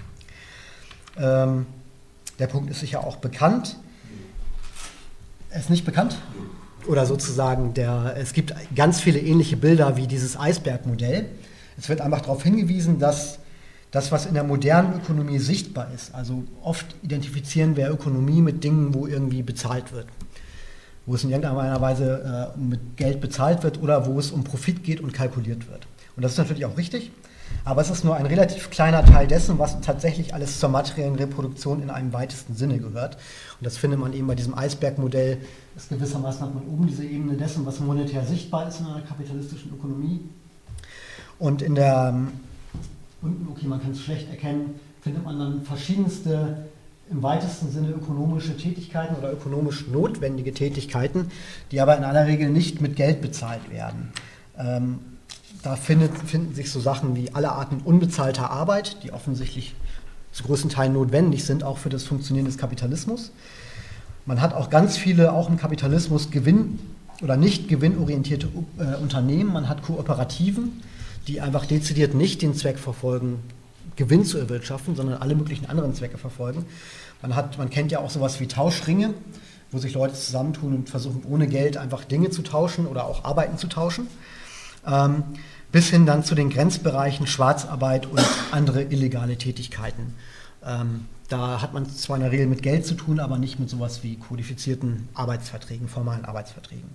Speaker 1: Der Punkt ist sicher auch bekannt. Er ist nicht bekannt? Oder sozusagen, es gibt ganz viele ähnliche Bilder wie dieses Eisbergmodell. Es wird einfach darauf hingewiesen, dass das, was in der modernen Ökonomie sichtbar ist, also oft identifizieren wir Ökonomie mit Dingen, wo irgendwie bezahlt wird. Wo es in irgendeiner Weise mit Geld bezahlt wird oder wo es um Profit geht und kalkuliert wird. Und das ist natürlich auch richtig, aber es ist nur ein relativ kleiner Teil dessen, was tatsächlich alles zur materiellen Reproduktion in einem weitesten Sinne gehört. Und das findet man eben bei diesem Eisbergmodell, ist gewissermaßen hat man oben diese Ebene dessen, was monetär sichtbar ist in einer kapitalistischen Ökonomie. Und unten, okay, man kann es schlecht erkennen, findet man dann verschiedenste, im weitesten Sinne ökonomische Tätigkeiten oder ökonomisch notwendige Tätigkeiten, die aber in aller Regel nicht mit Geld bezahlt werden. Da finden sich so Sachen wie alle Arten unbezahlter Arbeit, die offensichtlich zu größten Teilen notwendig sind, auch für das Funktionieren des Kapitalismus. Man hat auch ganz viele, auch im Kapitalismus, gewinn- oder nicht gewinnorientierte Unternehmen. Man hat Kooperativen, die einfach dezidiert nicht den Zweck verfolgen, Gewinn zu erwirtschaften, sondern alle möglichen anderen Zwecke verfolgen. Man kennt ja auch sowas wie Tauschringe, wo sich Leute zusammentun und versuchen, ohne Geld einfach Dinge zu tauschen oder auch Arbeiten zu tauschen. Bis hin dann zu den Grenzbereichen Schwarzarbeit und andere illegale Tätigkeiten. Da hat man zwar in der Regel mit Geld zu tun, aber nicht mit sowas wie kodifizierten Arbeitsverträgen, formalen Arbeitsverträgen.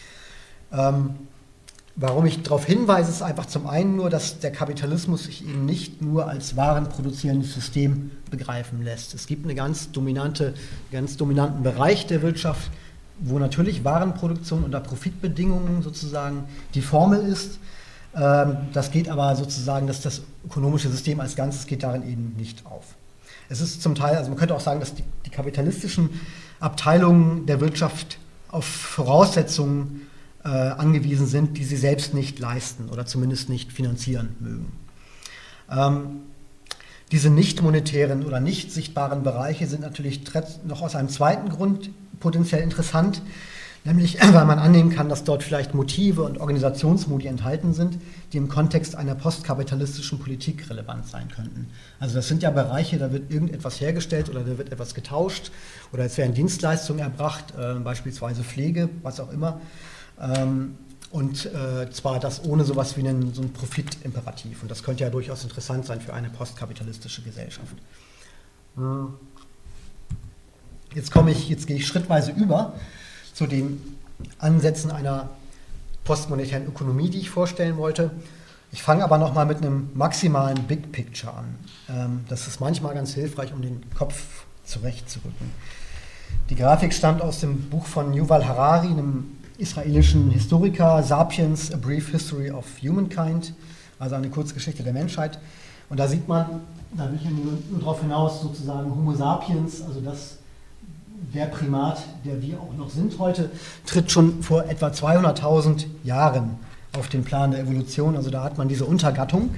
Speaker 1: Warum ich darauf hinweise, ist einfach zum einen nur, dass der Kapitalismus sich eben nicht nur als warenproduzierendes System begreifen lässt. Es gibt einen ganz dominanten Bereich der Wirtschaft, wo natürlich Warenproduktion unter Profitbedingungen sozusagen die Formel ist. Das geht aber sozusagen, dass das ökonomische System als Ganzes geht darin eben nicht auf. Es ist zum Teil, also man könnte auch sagen, dass die kapitalistischen Abteilungen der Wirtschaft auf Voraussetzungen angewiesen sind, die sie selbst nicht leisten oder zumindest nicht finanzieren mögen. Diese nicht monetären oder nicht sichtbaren Bereiche sind natürlich noch aus einem zweiten Grund potenziell interessant, nämlich weil man annehmen kann, dass dort vielleicht Motive und Organisationsmodi enthalten sind, die im Kontext einer postkapitalistischen Politik relevant sein könnten. Also das sind ja Bereiche, da wird irgendetwas hergestellt oder da wird etwas getauscht oder es werden Dienstleistungen erbracht, beispielsweise Pflege, was auch immer. Und zwar das ohne sowas wie so ein Profitimperativ. Und das könnte ja durchaus interessant sein für eine postkapitalistische Gesellschaft. Jetzt gehe ich schrittweise über zu den Ansätzen einer postmonetären Ökonomie, die ich vorstellen wollte. Ich fange aber nochmal mit einem maximalen Big Picture an. Das ist manchmal ganz hilfreich, um den Kopf zurechtzurücken. Die Grafik stammt aus dem Buch von Yuval Harari, einem israelischen Historiker, Sapiens, A Brief History of Humankind, also eine Kurzgeschichte der Menschheit. Und da sieht man, da will ich ja nur darauf hinaus, sozusagen Homo sapiens, also der Primat, der wir auch noch sind heute, tritt schon vor etwa 200.000 Jahren auf den Plan der Evolution. Also da hat man diese Untergattung.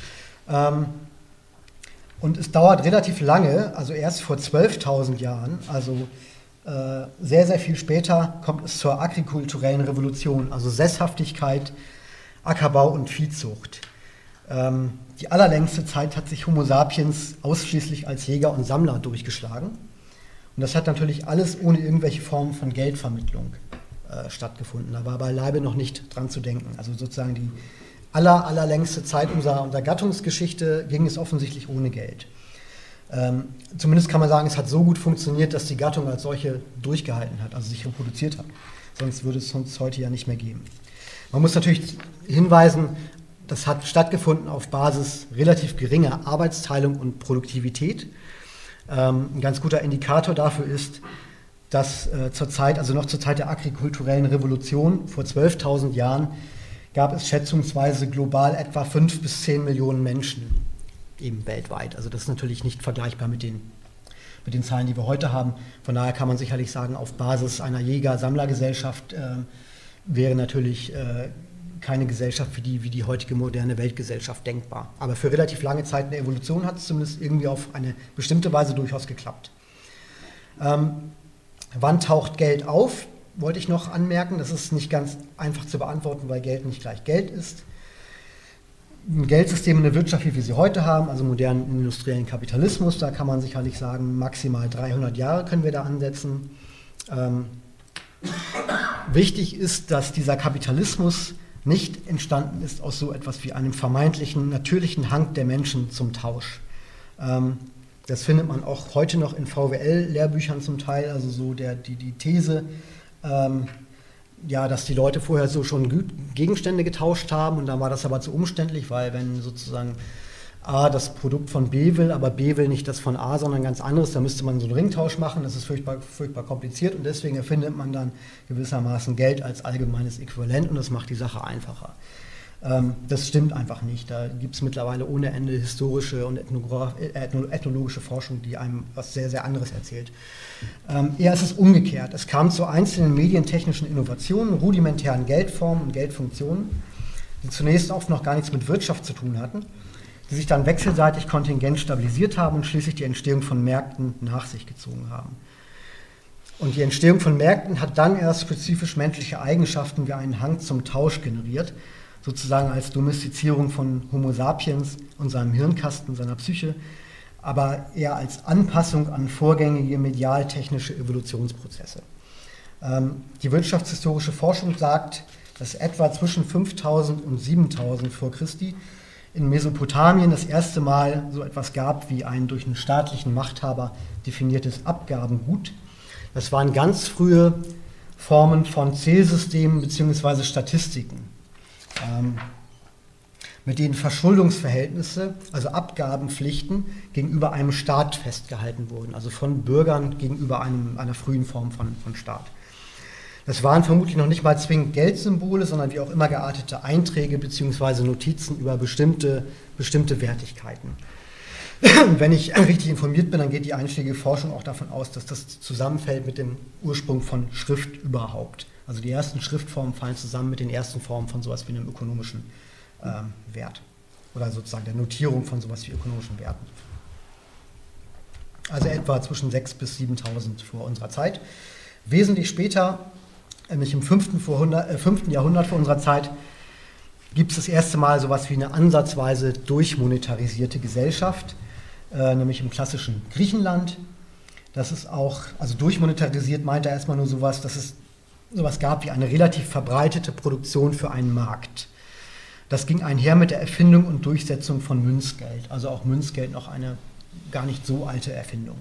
Speaker 1: Und es dauert relativ lange, also erst vor 12.000 Jahren, also sehr, sehr viel später kommt es zur agrikulturellen Revolution, also Sesshaftigkeit, Ackerbau und Viehzucht. Die allerlängste Zeit hat sich Homo sapiens ausschließlich als Jäger und Sammler durchgeschlagen. Und das hat natürlich alles ohne irgendwelche Formen von Geldvermittlung stattgefunden. Da war beileibe noch nicht dran zu denken. Also sozusagen die allerlängste Zeit unserer Gattungsgeschichte ging es offensichtlich ohne Geld. Zumindest kann man sagen, es hat so gut funktioniert, dass die Gattung als solche durchgehalten hat, also sich reproduziert hat. Sonst würde es uns heute ja nicht mehr geben. Man muss natürlich hinweisen, das hat stattgefunden auf Basis relativ geringer Arbeitsteilung und Produktivität. Ein ganz guter Indikator dafür ist, dass zur Zeit der agrikulturellen Revolution vor 12.000 Jahren gab es schätzungsweise global etwa 5 bis 10 Millionen Menschen. Eben weltweit. Also das ist natürlich nicht vergleichbar mit den Zahlen, die wir heute haben. Von daher kann man sicherlich sagen, auf Basis einer Jäger-Sammler-Gesellschaft wäre natürlich keine Gesellschaft wie die heutige moderne Weltgesellschaft denkbar. Aber für relativ lange Zeiten der Evolution hat es zumindest irgendwie auf eine bestimmte Weise durchaus geklappt. Wann taucht Geld auf? Wollte ich noch anmerken. Das ist nicht ganz einfach zu beantworten, weil Geld nicht gleich Geld ist. Ein Geldsystem in der Wirtschaft, wie wir sie heute haben, also modernen industriellen Kapitalismus, da kann man sicherlich sagen, maximal 300 Jahre können wir da ansetzen. Wichtig ist, dass dieser Kapitalismus nicht entstanden ist aus so etwas wie einem vermeintlichen, natürlichen Hang der Menschen zum Tausch. Das findet man auch heute noch in VWL-Lehrbüchern zum Teil, also so die These, dass die Leute vorher so schon Gegenstände getauscht haben und dann war das aber zu umständlich, weil wenn sozusagen A das Produkt von B will, aber B will nicht das von A, sondern ganz anderes, dann müsste man so einen Ringtausch machen, das ist furchtbar, furchtbar kompliziert und deswegen erfindet man dann gewissermaßen Geld als allgemeines Äquivalent und das macht die Sache einfacher. Das stimmt einfach nicht, da gibt es mittlerweile ohne Ende historische und ethnologische Forschung, die einem was sehr, sehr anderes erzählt. Eher ist es umgekehrt. Es kam zu einzelnen medientechnischen Innovationen, rudimentären Geldformen und Geldfunktionen, die zunächst oft noch gar nichts mit Wirtschaft zu tun hatten, die sich dann wechselseitig kontingent stabilisiert haben und schließlich die Entstehung von Märkten nach sich gezogen haben. Und die Entstehung von Märkten hat dann erst spezifisch menschliche Eigenschaften wie einen Hang zum Tausch generiert, sozusagen als Domestizierung von Homo sapiens und seinem Hirnkasten, seiner Psyche, aber eher als Anpassung an vorgängige medial-technische Evolutionsprozesse. Die wirtschaftshistorische Forschung sagt, dass etwa zwischen 5000 und 7000 vor Christi in Mesopotamien das erste Mal so etwas gab wie ein durch einen staatlichen Machthaber definiertes Abgabengut. Das waren ganz frühe Formen von Zählsystemen bzw. Statistiken, mit denen Verschuldungsverhältnisse, also Abgabenpflichten, gegenüber einem Staat festgehalten wurden, also von Bürgern gegenüber einer frühen Form von Staat. Das waren vermutlich noch nicht mal zwingend Geldsymbole, sondern wie auch immer geartete Einträge bzw. Notizen über bestimmte Wertigkeiten. Wenn ich richtig informiert bin, dann geht die einschlägige Forschung auch davon aus, dass das zusammenfällt mit dem Ursprung von Schrift überhaupt. Also die ersten Schriftformen fallen zusammen mit den ersten Formen von sowas wie einem ökonomischen Wert oder sozusagen der Notierung von sowas wie ökonomischen Werten. Also etwa zwischen 6.000 bis 7.000 vor unserer Zeit. Wesentlich später, nämlich im 5. Jahrhundert vor unserer Zeit, gibt es das erste Mal sowas wie eine ansatzweise durchmonetarisierte Gesellschaft, nämlich im klassischen Griechenland. Das ist auch, also durchmonetarisiert meint er erstmal nur sowas, dass es sowas gab wie eine relativ verbreitete Produktion für einen Markt. Das ging einher mit der Erfindung und Durchsetzung von Münzgeld, also auch Münzgeld noch eine gar nicht so alte Erfindung.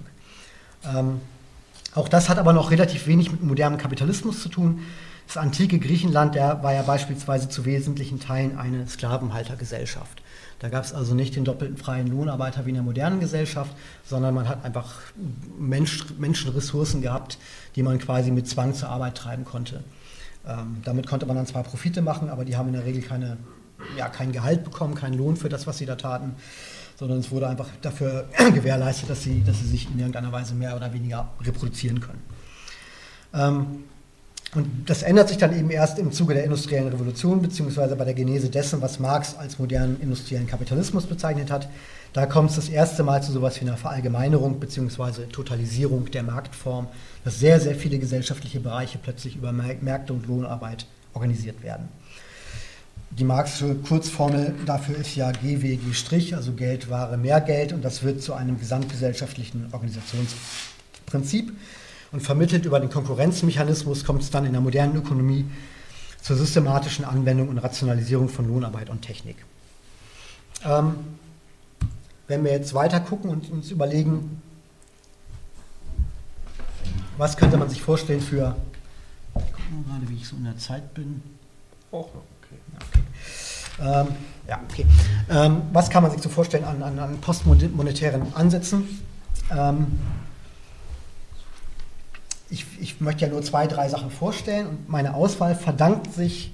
Speaker 1: Auch das hat aber noch relativ wenig mit modernem Kapitalismus zu tun. Das antike Griechenland, der war ja beispielsweise zu wesentlichen Teilen eine Sklavenhaltergesellschaft. Da gab es also nicht den doppelten freien Lohnarbeiter wie in der modernen Gesellschaft, sondern man hat einfach Menschenressourcen gehabt, die man quasi mit Zwang zur Arbeit treiben konnte. Damit konnte man dann zwar Profite machen, aber die haben in der Regel kein Gehalt bekommen, keinen Lohn für das, was sie da taten, sondern es wurde einfach dafür gewährleistet, dass sie sich in irgendeiner Weise mehr oder weniger reproduzieren können. Und das ändert sich dann eben erst im Zuge der industriellen Revolution, beziehungsweise bei der Genese dessen, was Marx als modernen industriellen Kapitalismus bezeichnet hat. Da kommt es das erste Mal zu sowas wie einer Verallgemeinerung beziehungsweise Totalisierung der Marktform, dass sehr, sehr viele gesellschaftliche Bereiche plötzlich über Märkte und Lohnarbeit organisiert werden. Die Marxische Kurzformel dafür ist ja GW-G', also Geld, Ware, mehr Geld, und das wird zu einem gesamtgesellschaftlichen Organisationsprinzip. Und vermittelt über den Konkurrenzmechanismus kommt es dann in der modernen Ökonomie zur systematischen Anwendung und Rationalisierung von Lohnarbeit und Technik. Wenn wir jetzt weiter gucken und uns überlegen, was könnte man sich vorstellen für, ich gucke mal gerade, wie ich so in der Zeit bin.
Speaker 2: Oh, okay.
Speaker 1: Was kann man sich so vorstellen an postmonetären Ansätzen? Ich möchte ja nur 2, 3 Sachen vorstellen und meine Auswahl verdankt sich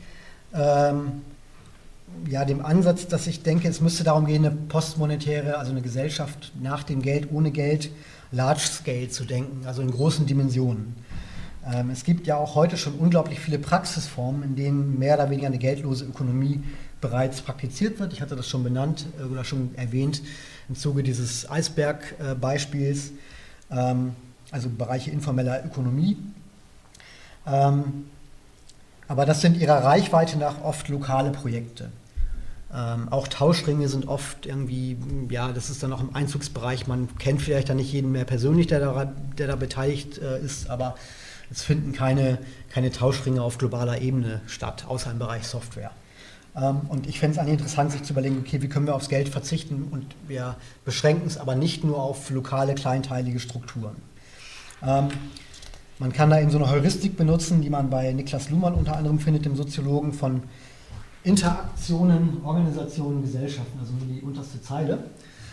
Speaker 1: dem Ansatz, dass ich denke, es müsste darum gehen, eine postmonetäre, also eine Gesellschaft nach dem Geld, ohne Geld, large scale zu denken, also in großen Dimensionen. Es gibt ja auch heute schon unglaublich viele Praxisformen, in denen mehr oder weniger eine geldlose Ökonomie bereits praktiziert wird. Ich hatte das schon benannt oder schon erwähnt im Zuge dieses Eisberg-Beispiels. Also Bereiche informeller Ökonomie. Aber das sind ihrer Reichweite nach oft lokale Projekte. Auch Tauschringe sind oft irgendwie, das ist dann auch im Einzugsbereich, man kennt vielleicht dann nicht jeden mehr persönlich, der da beteiligt ist, aber es finden keine Tauschringe auf globaler Ebene statt, außer im Bereich Software. Und ich fände es eigentlich interessant, sich zu überlegen, okay, wie können wir aufs Geld verzichten, und wir beschränken es aber nicht nur auf lokale, kleinteilige Strukturen. Man kann da eben so eine Heuristik benutzen, die man bei Niklas Luhmann unter anderem findet, dem Soziologen, von Interaktionen, Organisationen, Gesellschaften, also nur die unterste Zeile.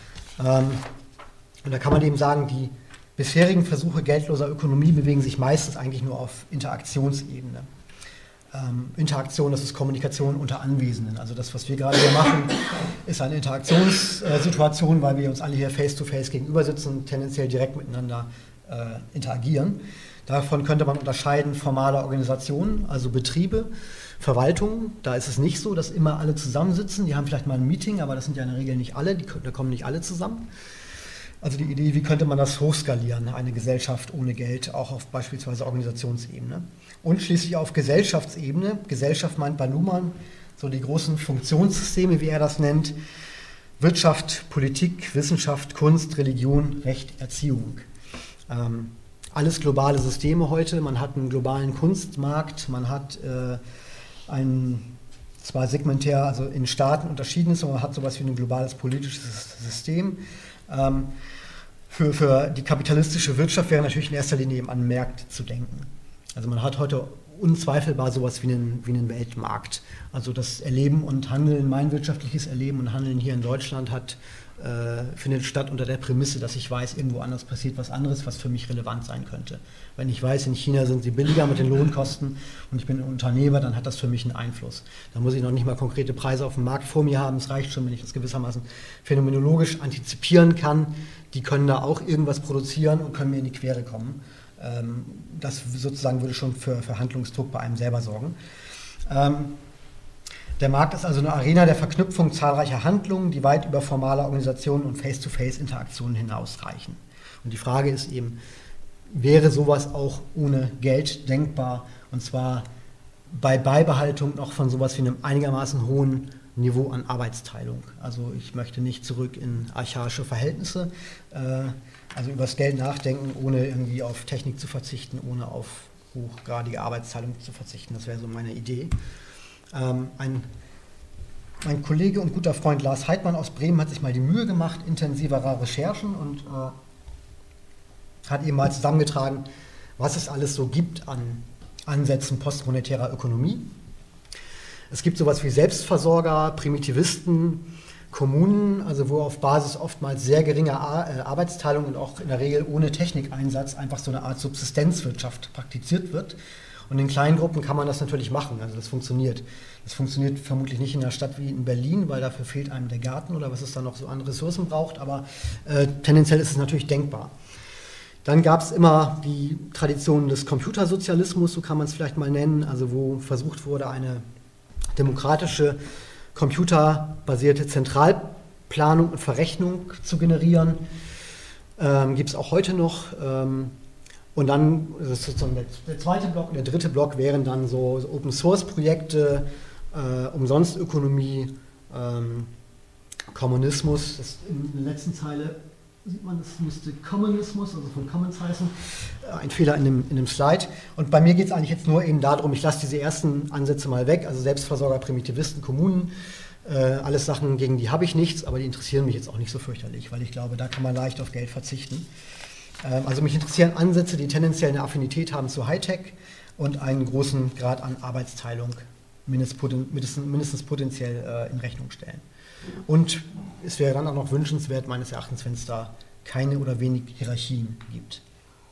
Speaker 1: Und da kann man eben sagen, die bisherigen Versuche geldloser Ökonomie bewegen sich meistens eigentlich nur auf Interaktionsebene. Interaktion, das ist Kommunikation unter Anwesenden. Also das, was wir gerade hier machen, ist eine Interaktionssituation, weil wir uns alle hier face-to-face gegenüber sitzen, tendenziell direkt miteinander interagieren. Davon könnte man unterscheiden formale Organisationen, also Betriebe, Verwaltungen. Da ist es nicht so, dass immer alle zusammensitzen. Die haben vielleicht mal ein Meeting, aber das sind ja in der Regel nicht alle, da kommen nicht alle zusammen. Also die Idee, wie könnte man das hochskalieren, eine Gesellschaft ohne Geld, auch auf beispielsweise Organisationsebene. Und schließlich auf Gesellschaftsebene. Gesellschaft meint bei Luhmann so die großen Funktionssysteme, wie er das nennt. Wirtschaft, Politik, Wissenschaft, Kunst, Religion, Recht, Erziehung. Alles globale Systeme heute. Man hat einen globalen Kunstmarkt, man hat zwar segmentär, also in Staaten unterschieden ist, aber man hat sowas wie ein globales politisches System. Für die kapitalistische Wirtschaft wäre natürlich in erster Linie eben an Märkte zu denken. Also man hat heute unzweifelbar sowas wie einen Weltmarkt. Also das Erleben und Handeln, mein wirtschaftliches Erleben und Handeln hier in Deutschland findet statt unter der Prämisse, dass ich weiß, irgendwo anders passiert was anderes, was für mich relevant sein könnte. Wenn ich weiß, in China sind sie billiger mit den Lohnkosten und ich bin ein Unternehmer, dann hat das für mich einen Einfluss. Da muss ich noch nicht mal konkrete Preise auf dem Markt vor mir haben. Es reicht schon, wenn ich das gewissermaßen phänomenologisch antizipieren kann. Die können da auch irgendwas produzieren und können mir in die Quere kommen. Das sozusagen würde schon für Handlungsdruck bei einem selber sorgen. Der Markt ist also eine Arena der Verknüpfung zahlreicher Handlungen, die weit über formale Organisationen und Face-to-Face-Interaktionen hinausreichen. Und die Frage ist eben, wäre sowas auch ohne Geld denkbar? Und zwar bei Beibehaltung noch von sowas wie einem einigermaßen hohen Niveau an Arbeitsteilung. Also ich möchte nicht zurück in archaische Verhältnisse, also über das Geld nachdenken, ohne irgendwie auf Technik zu verzichten, ohne auf hochgradige Arbeitsteilung zu verzichten. Das wäre so meine Idee. Mein Kollege und guter Freund Lars Heidmann aus Bremen hat sich mal die Mühe gemacht, intensiverer Recherchen und hat eben mal zusammengetragen, was es alles so gibt an Ansätzen postmonetärer Ökonomie. Es gibt sowas wie Selbstversorger, Primitivisten, Kommunen, also wo auf Basis oftmals sehr geringer Arbeitsteilung und auch in der Regel ohne Technikeinsatz einfach so eine Art Subsistenzwirtschaft praktiziert wird. Und in kleinen Gruppen kann man das natürlich machen, also das funktioniert. Das funktioniert vermutlich nicht in einer Stadt wie in Berlin, weil dafür fehlt einem der Garten oder was es da noch so an Ressourcen braucht, aber tendenziell ist es natürlich denkbar. Dann gab es immer die Tradition des Computersozialismus, so kann man es vielleicht mal nennen, also wo versucht wurde, eine demokratische, computerbasierte Zentralplanung und Verrechnung zu generieren. Gibt es auch heute noch. Und dann, das ist sozusagen der zweite Block und der dritte Block wären dann so Open-Source-Projekte, Umsonstökonomie, Kommunismus. Das in der letzten Zeile sieht man, das müsste Kommunismus, also von Commons heißen. Ein Fehler in dem Slide. Und bei mir geht es eigentlich jetzt nur eben darum, ich lasse diese ersten Ansätze mal weg, also Selbstversorger, Primitivisten, Kommunen, alles Sachen, gegen die habe ich nichts, aber die interessieren mich jetzt auch nicht so fürchterlich, weil ich glaube, da kann man leicht auf Geld verzichten. Also mich interessieren Ansätze, die tendenziell eine Affinität haben zu Hightech und einen großen Grad an Arbeitsteilung mindestens potenziell in Rechnung stellen. Und es wäre dann auch noch wünschenswert, meines Erachtens, wenn es da keine oder wenig Hierarchien gibt.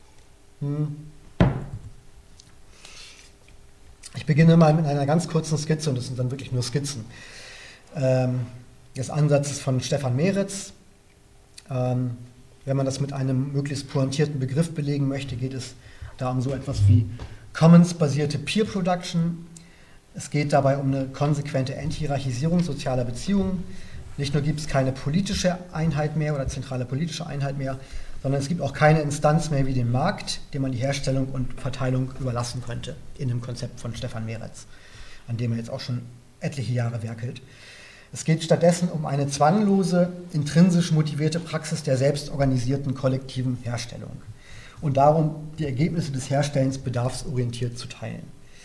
Speaker 1: Ich beginne mal mit einer ganz kurzen Skizze, und das sind dann wirklich nur Skizzen, des Ansatzes von Stefan Meretz. Wenn man das mit einem möglichst pointierten Begriff belegen möchte, geht es da um so etwas wie Commons-basierte Peer Production. Es geht dabei um eine konsequente Enthierarchisierung sozialer Beziehungen. Nicht nur gibt es keine politische Einheit mehr oder zentrale politische Einheit mehr, sondern es gibt auch keine Instanz mehr wie den Markt, dem man die Herstellung und Verteilung überlassen könnte, in dem Konzept von Stefan Meretz, an dem er jetzt auch schon etliche Jahre werkelt. Es geht stattdessen um eine zwanglose, intrinsisch motivierte Praxis der selbstorganisierten kollektiven Herstellung und darum, die Ergebnisse des Herstellens bedarfsorientiert zu teilen.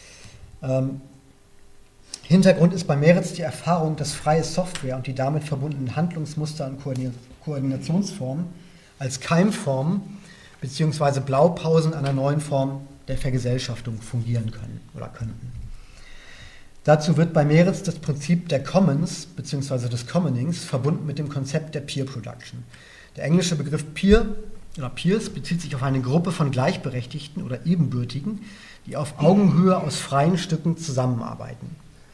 Speaker 1: Hintergrund ist bei Meretz die Erfahrung, dass freie Software und die damit verbundenen Handlungsmuster und Koordinationsformen als Keimformen bzw. Blaupausen einer neuen Form der Vergesellschaftung fungieren können oder könnten. Dazu wird bei Meretz das Prinzip der Commons bzw. des Commonings verbunden mit dem Konzept der Peer Production. Der englische Begriff Peer oder Peers bezieht sich auf eine Gruppe von Gleichberechtigten oder Ebenbürtigen, die auf Augenhöhe aus freien Stücken zusammenarbeiten.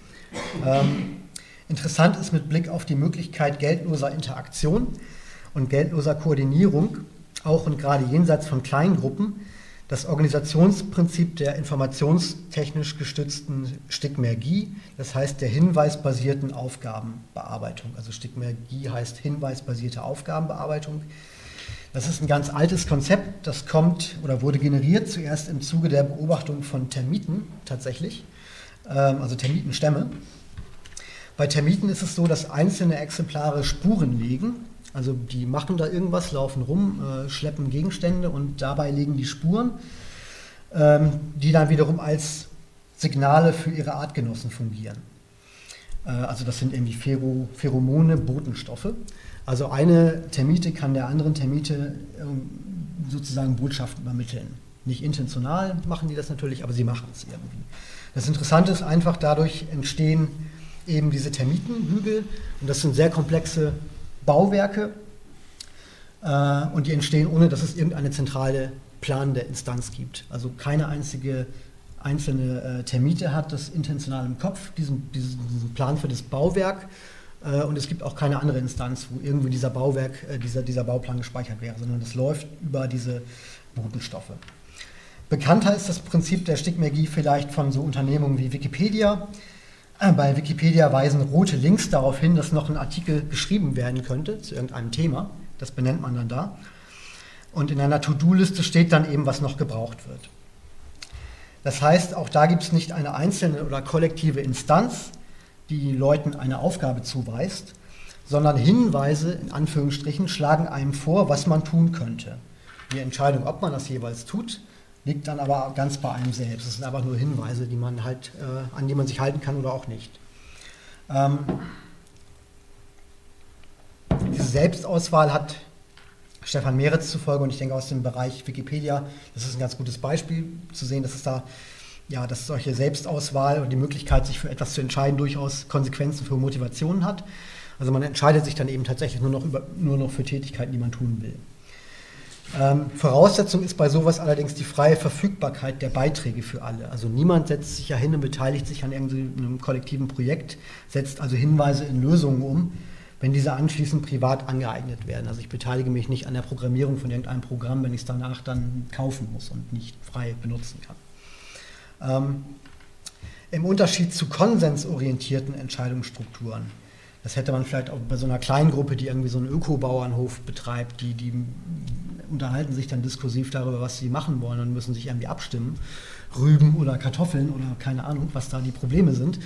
Speaker 1: Interessant ist mit Blick auf die Möglichkeit geldloser Interaktion und geldloser Koordinierung, auch und gerade jenseits von Kleingruppen, das Organisationsprinzip der informationstechnisch gestützten Stigmergie, das heißt der hinweisbasierten Aufgabenbearbeitung. Also Stigmergie heißt hinweisbasierte Aufgabenbearbeitung. Das ist ein ganz altes Konzept, das kommt oder wurde generiert zuerst im Zuge der Beobachtung von Termiten tatsächlich, also Termitenstämme. Bei Termiten ist es so, dass einzelne Exemplare Spuren legen, also die machen da irgendwas, laufen rum, schleppen Gegenstände und dabei legen die Spuren, die dann wiederum als Signale für ihre Artgenossen fungieren. Also das sind irgendwie Pheromone, Botenstoffe. Also eine Termite kann der anderen Termite sozusagen Botschaften übermitteln. Nicht intentional machen die das natürlich, aber sie machen es irgendwie. Das Interessante ist einfach, dadurch entstehen eben diese Termitenhügel und das sind sehr komplexe Bauwerke und die entstehen, ohne dass es irgendeine zentrale planende Instanz gibt. Also keine einzelne Termite hat das intentional im Kopf, diesen Plan für das Bauwerk und es gibt auch keine andere Instanz, wo irgendwie dieser Bauplan gespeichert wäre, sondern das läuft über diese Botenstoffe. Bekannter ist das Prinzip der Stickmergie vielleicht von so Unternehmungen wie Wikipedia. Bei Wikipedia weisen rote Links darauf hin, dass noch ein Artikel geschrieben werden könnte zu irgendeinem Thema. Das benennt man dann da. Und in einer To-Do-Liste steht dann eben, was noch gebraucht wird. Das heißt, auch da gibt es nicht eine einzelne oder kollektive Instanz, die Leuten eine Aufgabe zuweist, sondern Hinweise, in Anführungsstrichen, schlagen einem vor, was man tun könnte. Die Entscheidung, ob man das jeweils tut, liegt dann aber ganz bei einem selbst. Es sind einfach nur Hinweise, die man halt, an die man sich halten kann oder auch nicht. Diese Selbstauswahl hat Stefan Meretz zufolge, und ich denke aus dem Bereich Wikipedia, das ist ein ganz gutes Beispiel zu sehen, dass es da, ja, dass solche Selbstauswahl und die Möglichkeit, sich für etwas zu entscheiden, durchaus Konsequenzen für Motivationen hat. Also man entscheidet sich dann eben tatsächlich nur noch für Tätigkeiten, die man tun will. Voraussetzung ist bei sowas allerdings die freie Verfügbarkeit der Beiträge für alle. Also niemand setzt sich ja hin und beteiligt sich an irgendeinem kollektiven Projekt, setzt also Hinweise in Lösungen um, wenn diese anschließend privat angeeignet werden. Also ich beteilige mich nicht an der Programmierung von irgendeinem Programm, wenn ich es danach dann kaufen muss und nicht frei benutzen kann. Im Unterschied zu konsensorientierten Entscheidungsstrukturen, das hätte man vielleicht auch bei so einer kleinen Gruppe, die irgendwie so einen Öko-Bauernhof betreibt, die unterhalten sich dann diskursiv darüber, was sie machen wollen und müssen sich irgendwie abstimmen. Rüben oder Kartoffeln oder keine Ahnung, was da die Probleme sind.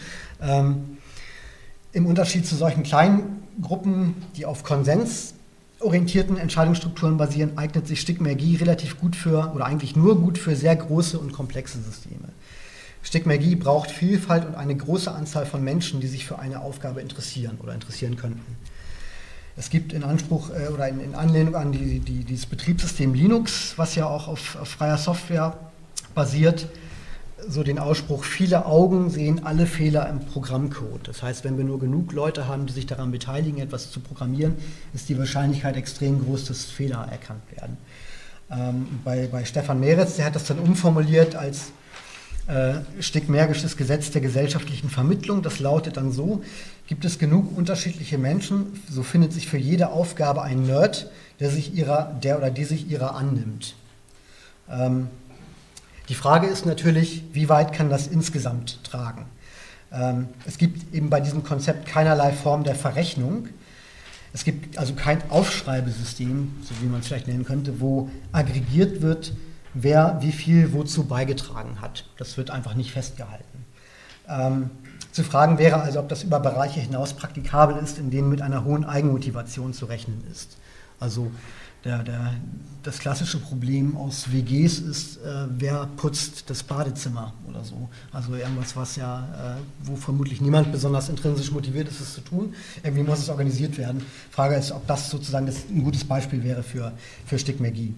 Speaker 1: Im Unterschied zu solchen kleinen Gruppen, die auf konsensorientierten Entscheidungsstrukturen basieren, eignet sich Stickmergie relativ gut für, oder eigentlich nur gut für sehr große und komplexe Systeme. Stickmergie braucht Vielfalt und eine große Anzahl von Menschen, die sich für eine Aufgabe interessieren oder interessieren könnten. Es gibt in Anspruch oder in Anlehnung an dieses Betriebssystem Linux, was ja auch auf freier Software basiert, so den Ausspruch, viele Augen sehen alle Fehler im Programmcode. Das heißt, wenn wir nur genug Leute haben, die sich daran beteiligen, etwas zu programmieren, ist die Wahrscheinlichkeit extrem groß, dass Fehler erkannt werden. Bei Stefan Meretz, der hat das dann umformuliert als stickmergisches Gesetz der gesellschaftlichen Vermittlung. Das lautet dann so: Gibt es genug unterschiedliche Menschen, so findet sich für jede Aufgabe ein Nerd, der oder die sich ihrer annimmt. Die Frage ist natürlich, wie weit kann das insgesamt tragen? Es gibt eben bei diesem Konzept keinerlei Form der Verrechnung. Es gibt also kein Aufschreibesystem, so wie man es vielleicht nennen könnte, wo aggregiert wird, wer wie viel wozu beigetragen hat. Das wird einfach nicht festgehalten. Zu fragen wäre also, ob das über Bereiche hinaus praktikabel ist, in denen mit einer hohen Eigenmotivation zu rechnen ist. Also das klassische Problem aus WGs ist, wer putzt das Badezimmer oder so. Also irgendwas, wo vermutlich niemand besonders intrinsisch motiviert ist, es zu tun. Irgendwie muss es organisiert werden. Frage ist, ob das sozusagen ein gutes Beispiel wäre für Stickmergie.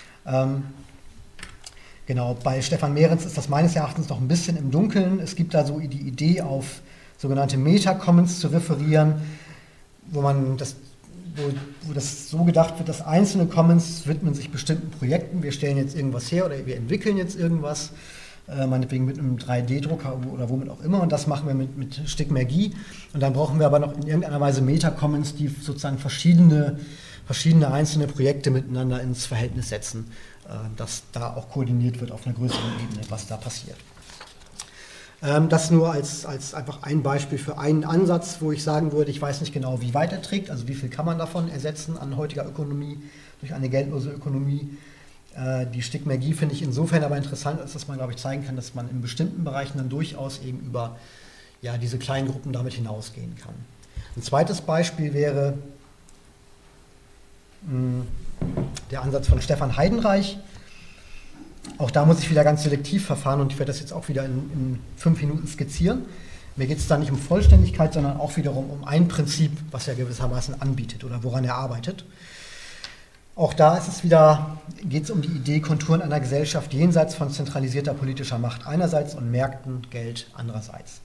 Speaker 1: Genau, bei Stefan Meretz ist das meines Erachtens noch ein bisschen im Dunkeln. Es gibt da so die Idee, auf sogenannte Meta-Commons zu referieren, wo das so gedacht wird, dass einzelne Commons widmen sich bestimmten Projekten. Wir stellen jetzt irgendwas her oder wir entwickeln jetzt irgendwas, meinetwegen mit einem 3D-Drucker oder womit auch immer, und das machen wir mit Stickmergie. Und dann brauchen wir aber noch in irgendeiner Weise Meta-Commons, die sozusagen verschiedene einzelne Projekte miteinander ins Verhältnis setzen, dass da auch koordiniert wird auf einer größeren Ebene, was da passiert. Das nur als einfach ein Beispiel für einen Ansatz, wo ich sagen würde, ich weiß nicht genau, wie weit er trägt, also wie viel kann man davon ersetzen an heutiger Ökonomie durch eine geldlose Ökonomie. Die Stickmergie finde ich insofern aber interessant, als dass man, glaube ich, zeigen kann, dass man in bestimmten Bereichen dann durchaus eben über diese kleinen Gruppen damit hinausgehen kann. Ein zweites Beispiel wäre der Ansatz von Stefan Heidenreich. Auch da muss ich wieder ganz selektiv verfahren und ich werde das jetzt auch wieder in 5 Minuten skizzieren. Mir geht es da nicht um Vollständigkeit, sondern auch wiederum um ein Prinzip, was er gewissermaßen anbietet oder woran er arbeitet. Auch da geht es um die Idee, Konturen einer Gesellschaft jenseits von zentralisierter politischer Macht einerseits und Märkten, Geld andererseits.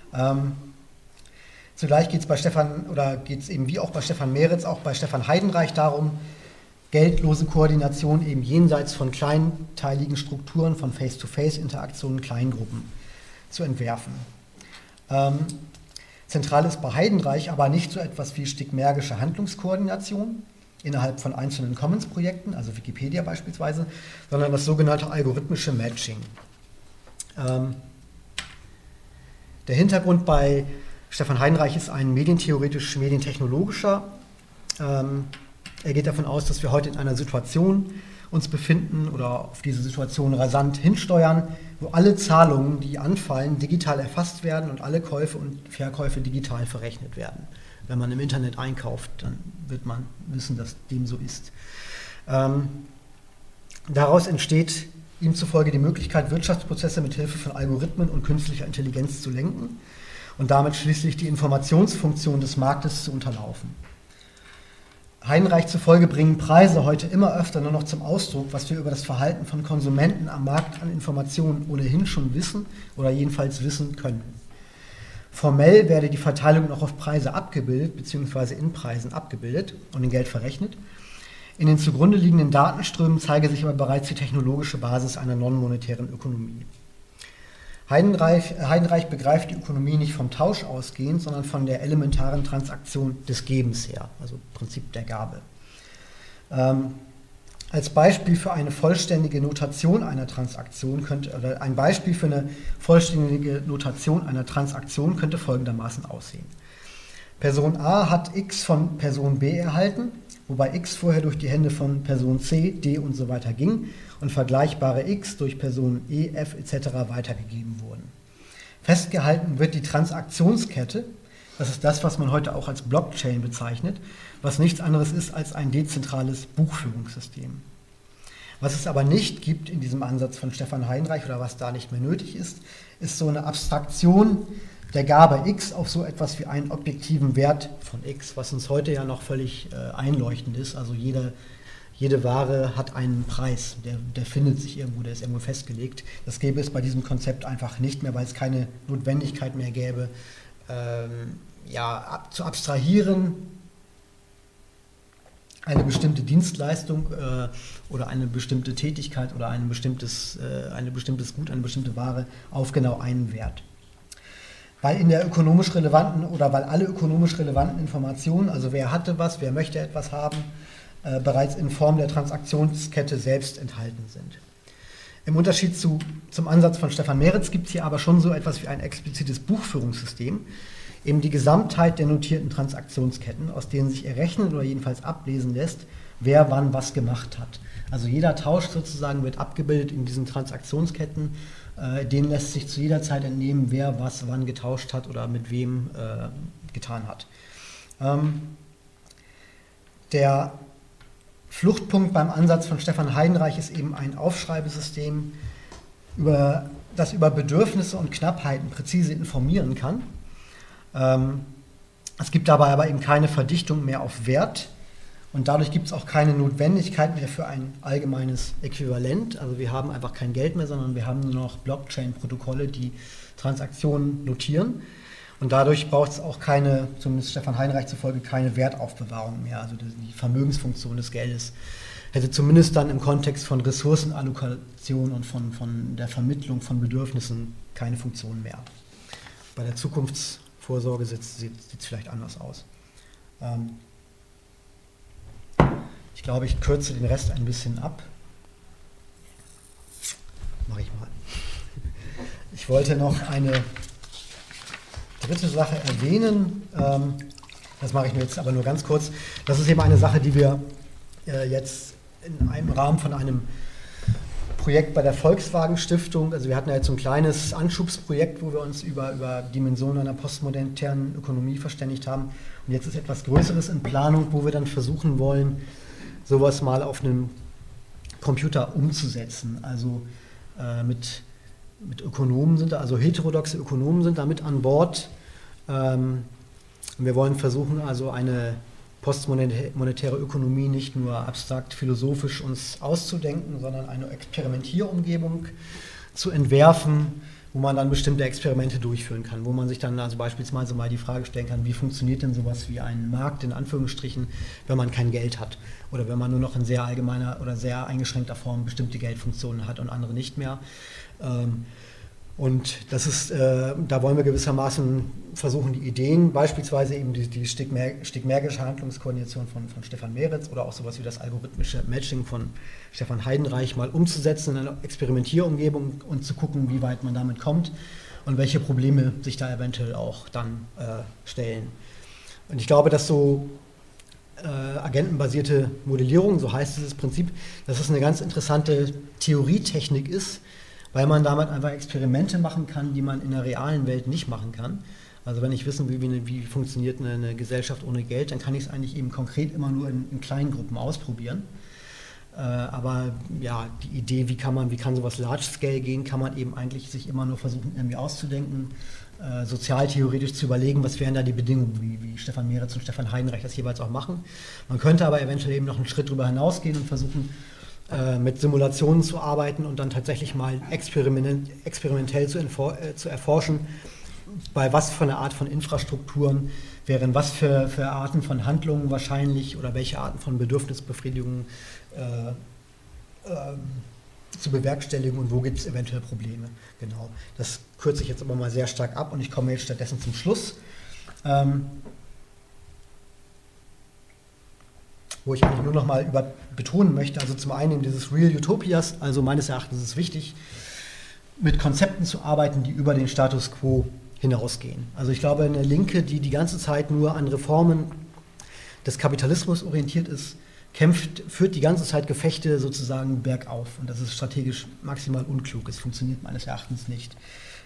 Speaker 1: Zugleich geht es eben wie auch bei Stefan Meretz, auch bei Stefan Heidenreich darum, geldlose Koordination eben jenseits von kleinteiligen Strukturen, von Face-to-Face-Interaktionen, Kleingruppen zu entwerfen. Zentral ist bei Heidenreich aber nicht so etwas wie stickmergische Handlungskoordination innerhalb von einzelnen Commons-Projekten, also Wikipedia beispielsweise, sondern das sogenannte algorithmische Matching. Der Hintergrund bei Stefan Heidenreich ist ein medientheoretisch-medientechnologischer. Er geht davon aus, dass wir heute in einer Situation uns befinden oder auf diese Situation rasant hinsteuern, wo alle Zahlungen, die anfallen, digital erfasst werden und alle Käufe und Verkäufe digital verrechnet werden. Wenn man im Internet einkauft, dann wird man wissen, dass dem so ist. Daraus entsteht ihm zufolge die Möglichkeit, Wirtschaftsprozesse mit Hilfe von Algorithmen und künstlicher Intelligenz zu lenken und damit schließlich die Informationsfunktion des Marktes zu unterlaufen. Heidenreich zufolge bringen Preise heute immer öfter nur noch zum Ausdruck, was wir über das Verhalten von Konsumenten am Markt an Informationen ohnehin schon wissen oder jedenfalls wissen könnten. Formell werde die Verteilung noch auf Preise abgebildet bzw. in Preisen abgebildet und in Geld verrechnet. In den zugrunde liegenden Datenströmen zeige sich aber bereits die technologische Basis einer non-monetären Ökonomie. Heidenreich begreift die Ökonomie nicht vom Tausch ausgehend, sondern von der elementaren Transaktion des Gebens her, also Prinzip der Gabe. Als Beispiel für eine vollständige Notation einer Transaktion könnte folgendermaßen aussehen. Person A hat X von Person B erhalten, wobei X vorher durch die Hände von Person C, D und so weiter ging und vergleichbare X durch Person E, F etc. weitergegeben wurden. Festgehalten wird die Transaktionskette, das ist das, was man heute auch als Blockchain bezeichnet, was nichts anderes ist als ein dezentrales Buchführungssystem. Was es aber nicht gibt in diesem Ansatz von Stefan Heidenreich oder was da nicht mehr nötig ist, ist so eine Abstraktion der Gabe X auf so etwas wie einen objektiven Wert von X, was uns heute ja noch völlig einleuchtend ist. Also jede Ware hat einen Preis, der findet sich irgendwo, der ist irgendwo festgelegt. Das gäbe es bei diesem Konzept einfach nicht mehr, weil es keine Notwendigkeit mehr gäbe, zu abstrahieren, eine bestimmte Dienstleistung oder eine bestimmte Tätigkeit oder ein bestimmtes Gut, eine bestimmte Ware auf genau einen Wert. Weil alle ökonomisch relevanten Informationen, also wer hatte was, wer möchte etwas haben, bereits in Form der Transaktionskette selbst enthalten sind. Im Unterschied zum Ansatz von Stefan Meretz gibt es hier aber schon so etwas wie ein explizites Buchführungssystem, eben die Gesamtheit der notierten Transaktionsketten, aus denen sich errechnen oder jedenfalls ablesen lässt, wer wann was gemacht hat. Also jeder Tausch sozusagen wird abgebildet in diesen Transaktionsketten, denen lässt sich zu jeder Zeit entnehmen, wer was wann getauscht hat oder mit wem getan hat. Der Fluchtpunkt beim Ansatz von Stefan Heidenreich ist eben ein Aufschreibesystem, das über Bedürfnisse und Knappheiten präzise informieren kann. Es gibt dabei aber eben keine Verdichtung mehr auf Wert und dadurch gibt es auch keine Notwendigkeit mehr für ein allgemeines Äquivalent. Also wir haben einfach kein Geld mehr, sondern wir haben nur noch Blockchain-Protokolle, die Transaktionen notieren. Und dadurch braucht es auch keine, zumindest Stefan Heidenreich zufolge, keine Wertaufbewahrung mehr. Also die Vermögensfunktion des Geldes hätte zumindest dann im Kontext von Ressourcenallokation und von der Vermittlung von Bedürfnissen keine Funktion mehr. Bei der Zukunftsvorsorge sieht es vielleicht anders aus. Ich glaube, ich kürze den Rest ein bisschen ab. Mache ich mal. Ich Ich wollte noch eine dritte Sache erwähnen. Das mache ich mir jetzt aber nur ganz kurz. Das ist eben eine Sache, die wir jetzt in einem Rahmen von einem Projekt bei der Volkswagen Stiftung, also wir hatten ja jetzt so ein kleines Anschubsprojekt, wo wir uns über Dimensionen einer postmodernen Ökonomie verständigt haben. Und jetzt ist etwas Größeres in Planung, wo wir dann versuchen wollen, sowas mal auf einem Computer umzusetzen. Also mit Ökonomen sind da, also heterodoxe Ökonomen sind da mit an Bord. Wir wollen versuchen, also eine postmonetäre Ökonomie nicht nur abstrakt philosophisch uns auszudenken, sondern eine Experimentierumgebung zu entwerfen, wo man dann bestimmte Experimente durchführen kann, wo man sich dann also beispielsweise mal die Frage stellen kann, wie funktioniert denn sowas wie ein Markt in Anführungsstrichen, wenn man kein Geld hat oder wenn man nur noch in sehr allgemeiner oder sehr eingeschränkter Form bestimmte Geldfunktionen hat und andere nicht mehr. Und das ist, da wollen wir gewissermaßen versuchen, die Ideen, beispielsweise eben die stigmergische Handlungskoordination von Stefan Meretz oder auch sowas wie das algorithmische Matching von Stefan Heidenreich mal umzusetzen in einer Experimentierumgebung und zu gucken, wie weit man damit kommt und welche Probleme sich da eventuell auch dann stellen. Und ich glaube, dass so agentenbasierte Modellierung, so heißt dieses Prinzip, dass es eine ganz interessante Theorietechnik ist, weil man damit einfach Experimente machen kann, die man in der realen Welt nicht machen kann. Also wenn ich wissen will, wie funktioniert eine Gesellschaft ohne Geld, dann kann ich es eigentlich eben konkret immer nur in kleinen Gruppen ausprobieren. Aber ja, die Idee, wie kann sowas Large-Scale gehen, kann man eben eigentlich sich immer nur versuchen, irgendwie auszudenken, sozialtheoretisch zu überlegen, was wären da die Bedingungen, wie Stefan Meretz und Stefan Heidenreich das jeweils auch machen. Man könnte aber eventuell eben noch einen Schritt darüber hinausgehen und versuchen, mit Simulationen zu arbeiten und dann tatsächlich mal experimentell zu erforschen, bei was für eine Art von Infrastrukturen wären was für Arten von Handlungen wahrscheinlich oder welche Arten von Bedürfnisbefriedigungen zu bewerkstelligen und wo gibt es eventuell Probleme. Genau. Das kürze ich jetzt aber mal sehr stark ab und ich komme jetzt stattdessen zum Schluss. Wo ich eigentlich nur noch mal betonen möchte, also zum einen dieses Real Utopias, also meines Erachtens ist es wichtig, mit Konzepten zu arbeiten, die über den Status quo hinausgehen. Also ich glaube, eine Linke, die die ganze Zeit nur an Reformen des Kapitalismus orientiert ist, führt die ganze Zeit Gefechte sozusagen bergauf und das ist strategisch maximal unklug, es funktioniert meines Erachtens nicht.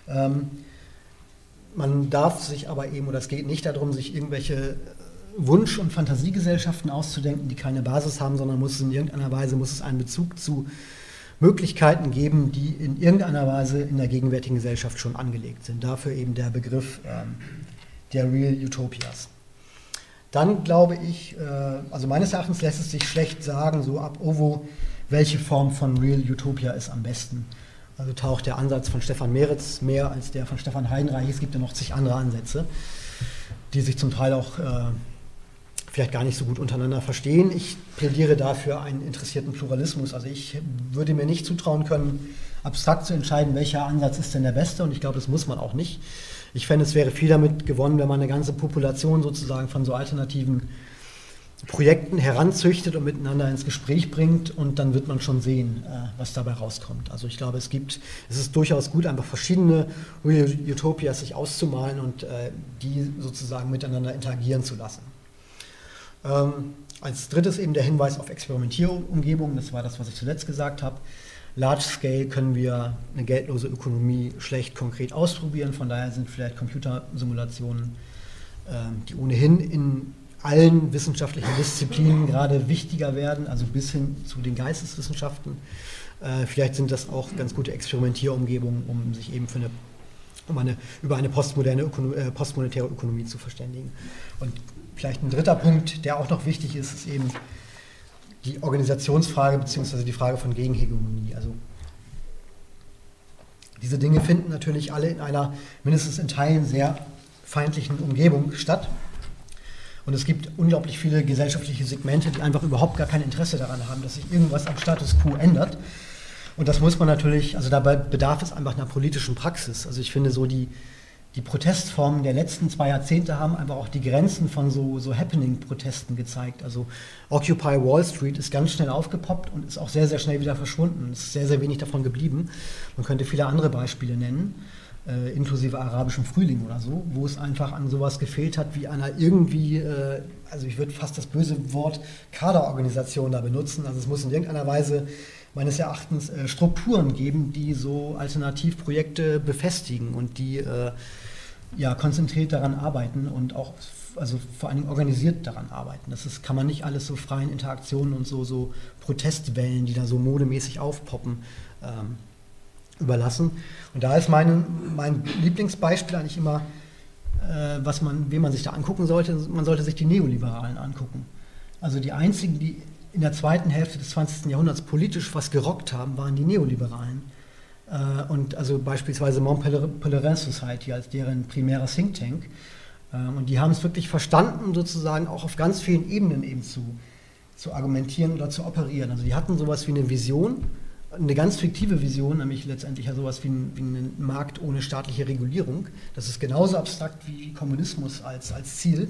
Speaker 1: Man darf sich aber eben, oder es geht nicht darum, sich irgendwelche Wunsch- und Fantasiegesellschaften auszudenken, die keine Basis haben, sondern in irgendeiner Weise muss es einen Bezug zu Möglichkeiten geben, die in irgendeiner Weise in der gegenwärtigen Gesellschaft schon angelegt sind. Dafür eben der Begriff der Real Utopias. Dann glaube ich, also meines Erachtens lässt es sich schlecht sagen, so ab OVO, welche Form von Real Utopia ist am besten. Also taucht der Ansatz von Stefan Meretz mehr als der von Stefan Heidenreich. Es gibt ja noch zig andere Ansätze, die sich zum Teil auch vielleicht gar nicht so gut untereinander verstehen. Ich plädiere dafür einen interessierten Pluralismus. Also ich würde mir nicht zutrauen können, abstrakt zu entscheiden, welcher Ansatz ist denn der beste und ich glaube, das muss man auch nicht. Ich fände, es wäre viel damit gewonnen, wenn man eine ganze Population sozusagen von so alternativen Projekten heranzüchtet und miteinander ins Gespräch bringt und dann wird man schon sehen, was dabei rauskommt. Also ich glaube, es ist durchaus gut, einfach verschiedene Real Utopias sich auszumalen und die sozusagen miteinander interagieren zu lassen. Als drittes eben der Hinweis auf Experimentierumgebungen, das war das, was ich zuletzt gesagt habe. Large Scale können wir eine geldlose Ökonomie schlecht konkret ausprobieren, von daher sind vielleicht Computersimulationen, die ohnehin in allen wissenschaftlichen Disziplinen gerade wichtiger werden, also bis hin zu den Geisteswissenschaften. Vielleicht sind das auch ganz gute Experimentierumgebungen, um sich eben über eine postmonetäre Ökonomie zu verständigen. Und vielleicht ein dritter Punkt, der auch noch wichtig ist, ist eben die Organisationsfrage bzw. die Frage von Gegenhegemonie. Also diese Dinge finden natürlich alle in einer mindestens in Teilen sehr feindlichen Umgebung statt. Und es gibt unglaublich viele gesellschaftliche Segmente, die einfach überhaupt gar kein Interesse daran haben, dass sich irgendwas am Status quo ändert. Und das muss man natürlich, also dabei bedarf es einfach einer politischen Praxis. Also ich finde so die Protestformen der letzten 2 Jahrzehnte haben einfach auch die Grenzen von so Happening-Protesten gezeigt. Also Occupy Wall Street ist ganz schnell aufgepoppt und ist auch sehr, sehr schnell wieder verschwunden. Es ist sehr, sehr wenig davon geblieben. Man könnte viele andere Beispiele nennen. inklusive arabischem Frühling oder so, wo es einfach an sowas gefehlt hat, wie einer irgendwie, also ich würde fast das böse Wort Kaderorganisation da benutzen, also es muss in irgendeiner Weise meines Erachtens Strukturen geben, die so Alternativprojekte befestigen und die ja, konzentriert daran arbeiten und auch also vor allen Dingen organisiert daran arbeiten. Kann man nicht alles so freien Interaktionen und so Protestwellen, die da so modemäßig aufpoppen, überlassen. Und da ist mein Lieblingsbeispiel eigentlich immer, wen man sich da angucken sollte. Man sollte sich die Neoliberalen angucken. Also die einzigen, die in der zweiten Hälfte des 20. Jahrhunderts politisch was gerockt haben, waren die Neoliberalen. Und also beispielsweise Mont Pelerin Society als deren primärer Think Tank. Und die haben es wirklich verstanden, sozusagen auch auf ganz vielen Ebenen eben zu argumentieren oder zu operieren. Also die hatten sowas wie eine Vision, eine ganz fiktive Vision, nämlich letztendlich ja sowas wie einen Markt ohne staatliche Regulierung. Das ist genauso abstrakt wie Kommunismus als Ziel.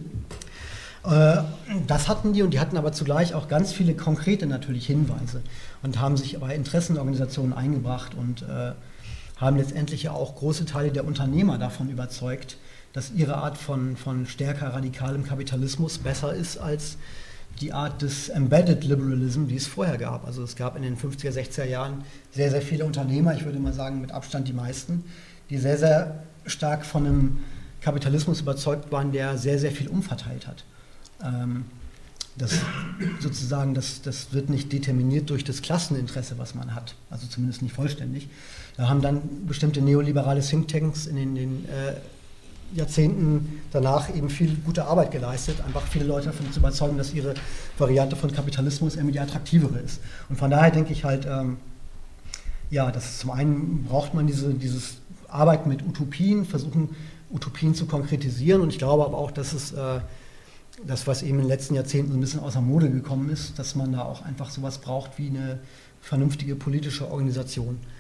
Speaker 1: Das hatten die, und die hatten aber zugleich auch ganz viele konkrete natürlich Hinweise und haben sich bei Interessenorganisationen eingebracht und haben letztendlich ja auch große Teile der Unternehmer davon überzeugt, dass ihre Art von stärker radikalem Kapitalismus besser ist als die Art des Embedded Liberalism, die es vorher gab. Also es gab in den 50er, 60er Jahren sehr, sehr viele Unternehmer, ich würde mal sagen mit Abstand die meisten, die sehr, sehr stark von einem Kapitalismus überzeugt waren, der sehr, sehr viel umverteilt hat. Das wird nicht determiniert durch das Klasseninteresse, was man hat, also zumindest nicht vollständig. Da haben dann bestimmte neoliberale Thinktanks in den Jahrzehnten danach eben viel gute Arbeit geleistet, einfach viele Leute davon zu überzeugen, dass ihre Variante von Kapitalismus irgendwie die attraktivere ist. Und von daher denke ich halt, dass zum einen braucht man dieses Arbeiten mit Utopien, versuchen Utopien zu konkretisieren, und ich glaube aber auch, dass es das, was eben in den letzten Jahrzehnten so ein bisschen außer Mode gekommen ist, dass man da auch einfach sowas braucht wie eine vernünftige politische Organisation.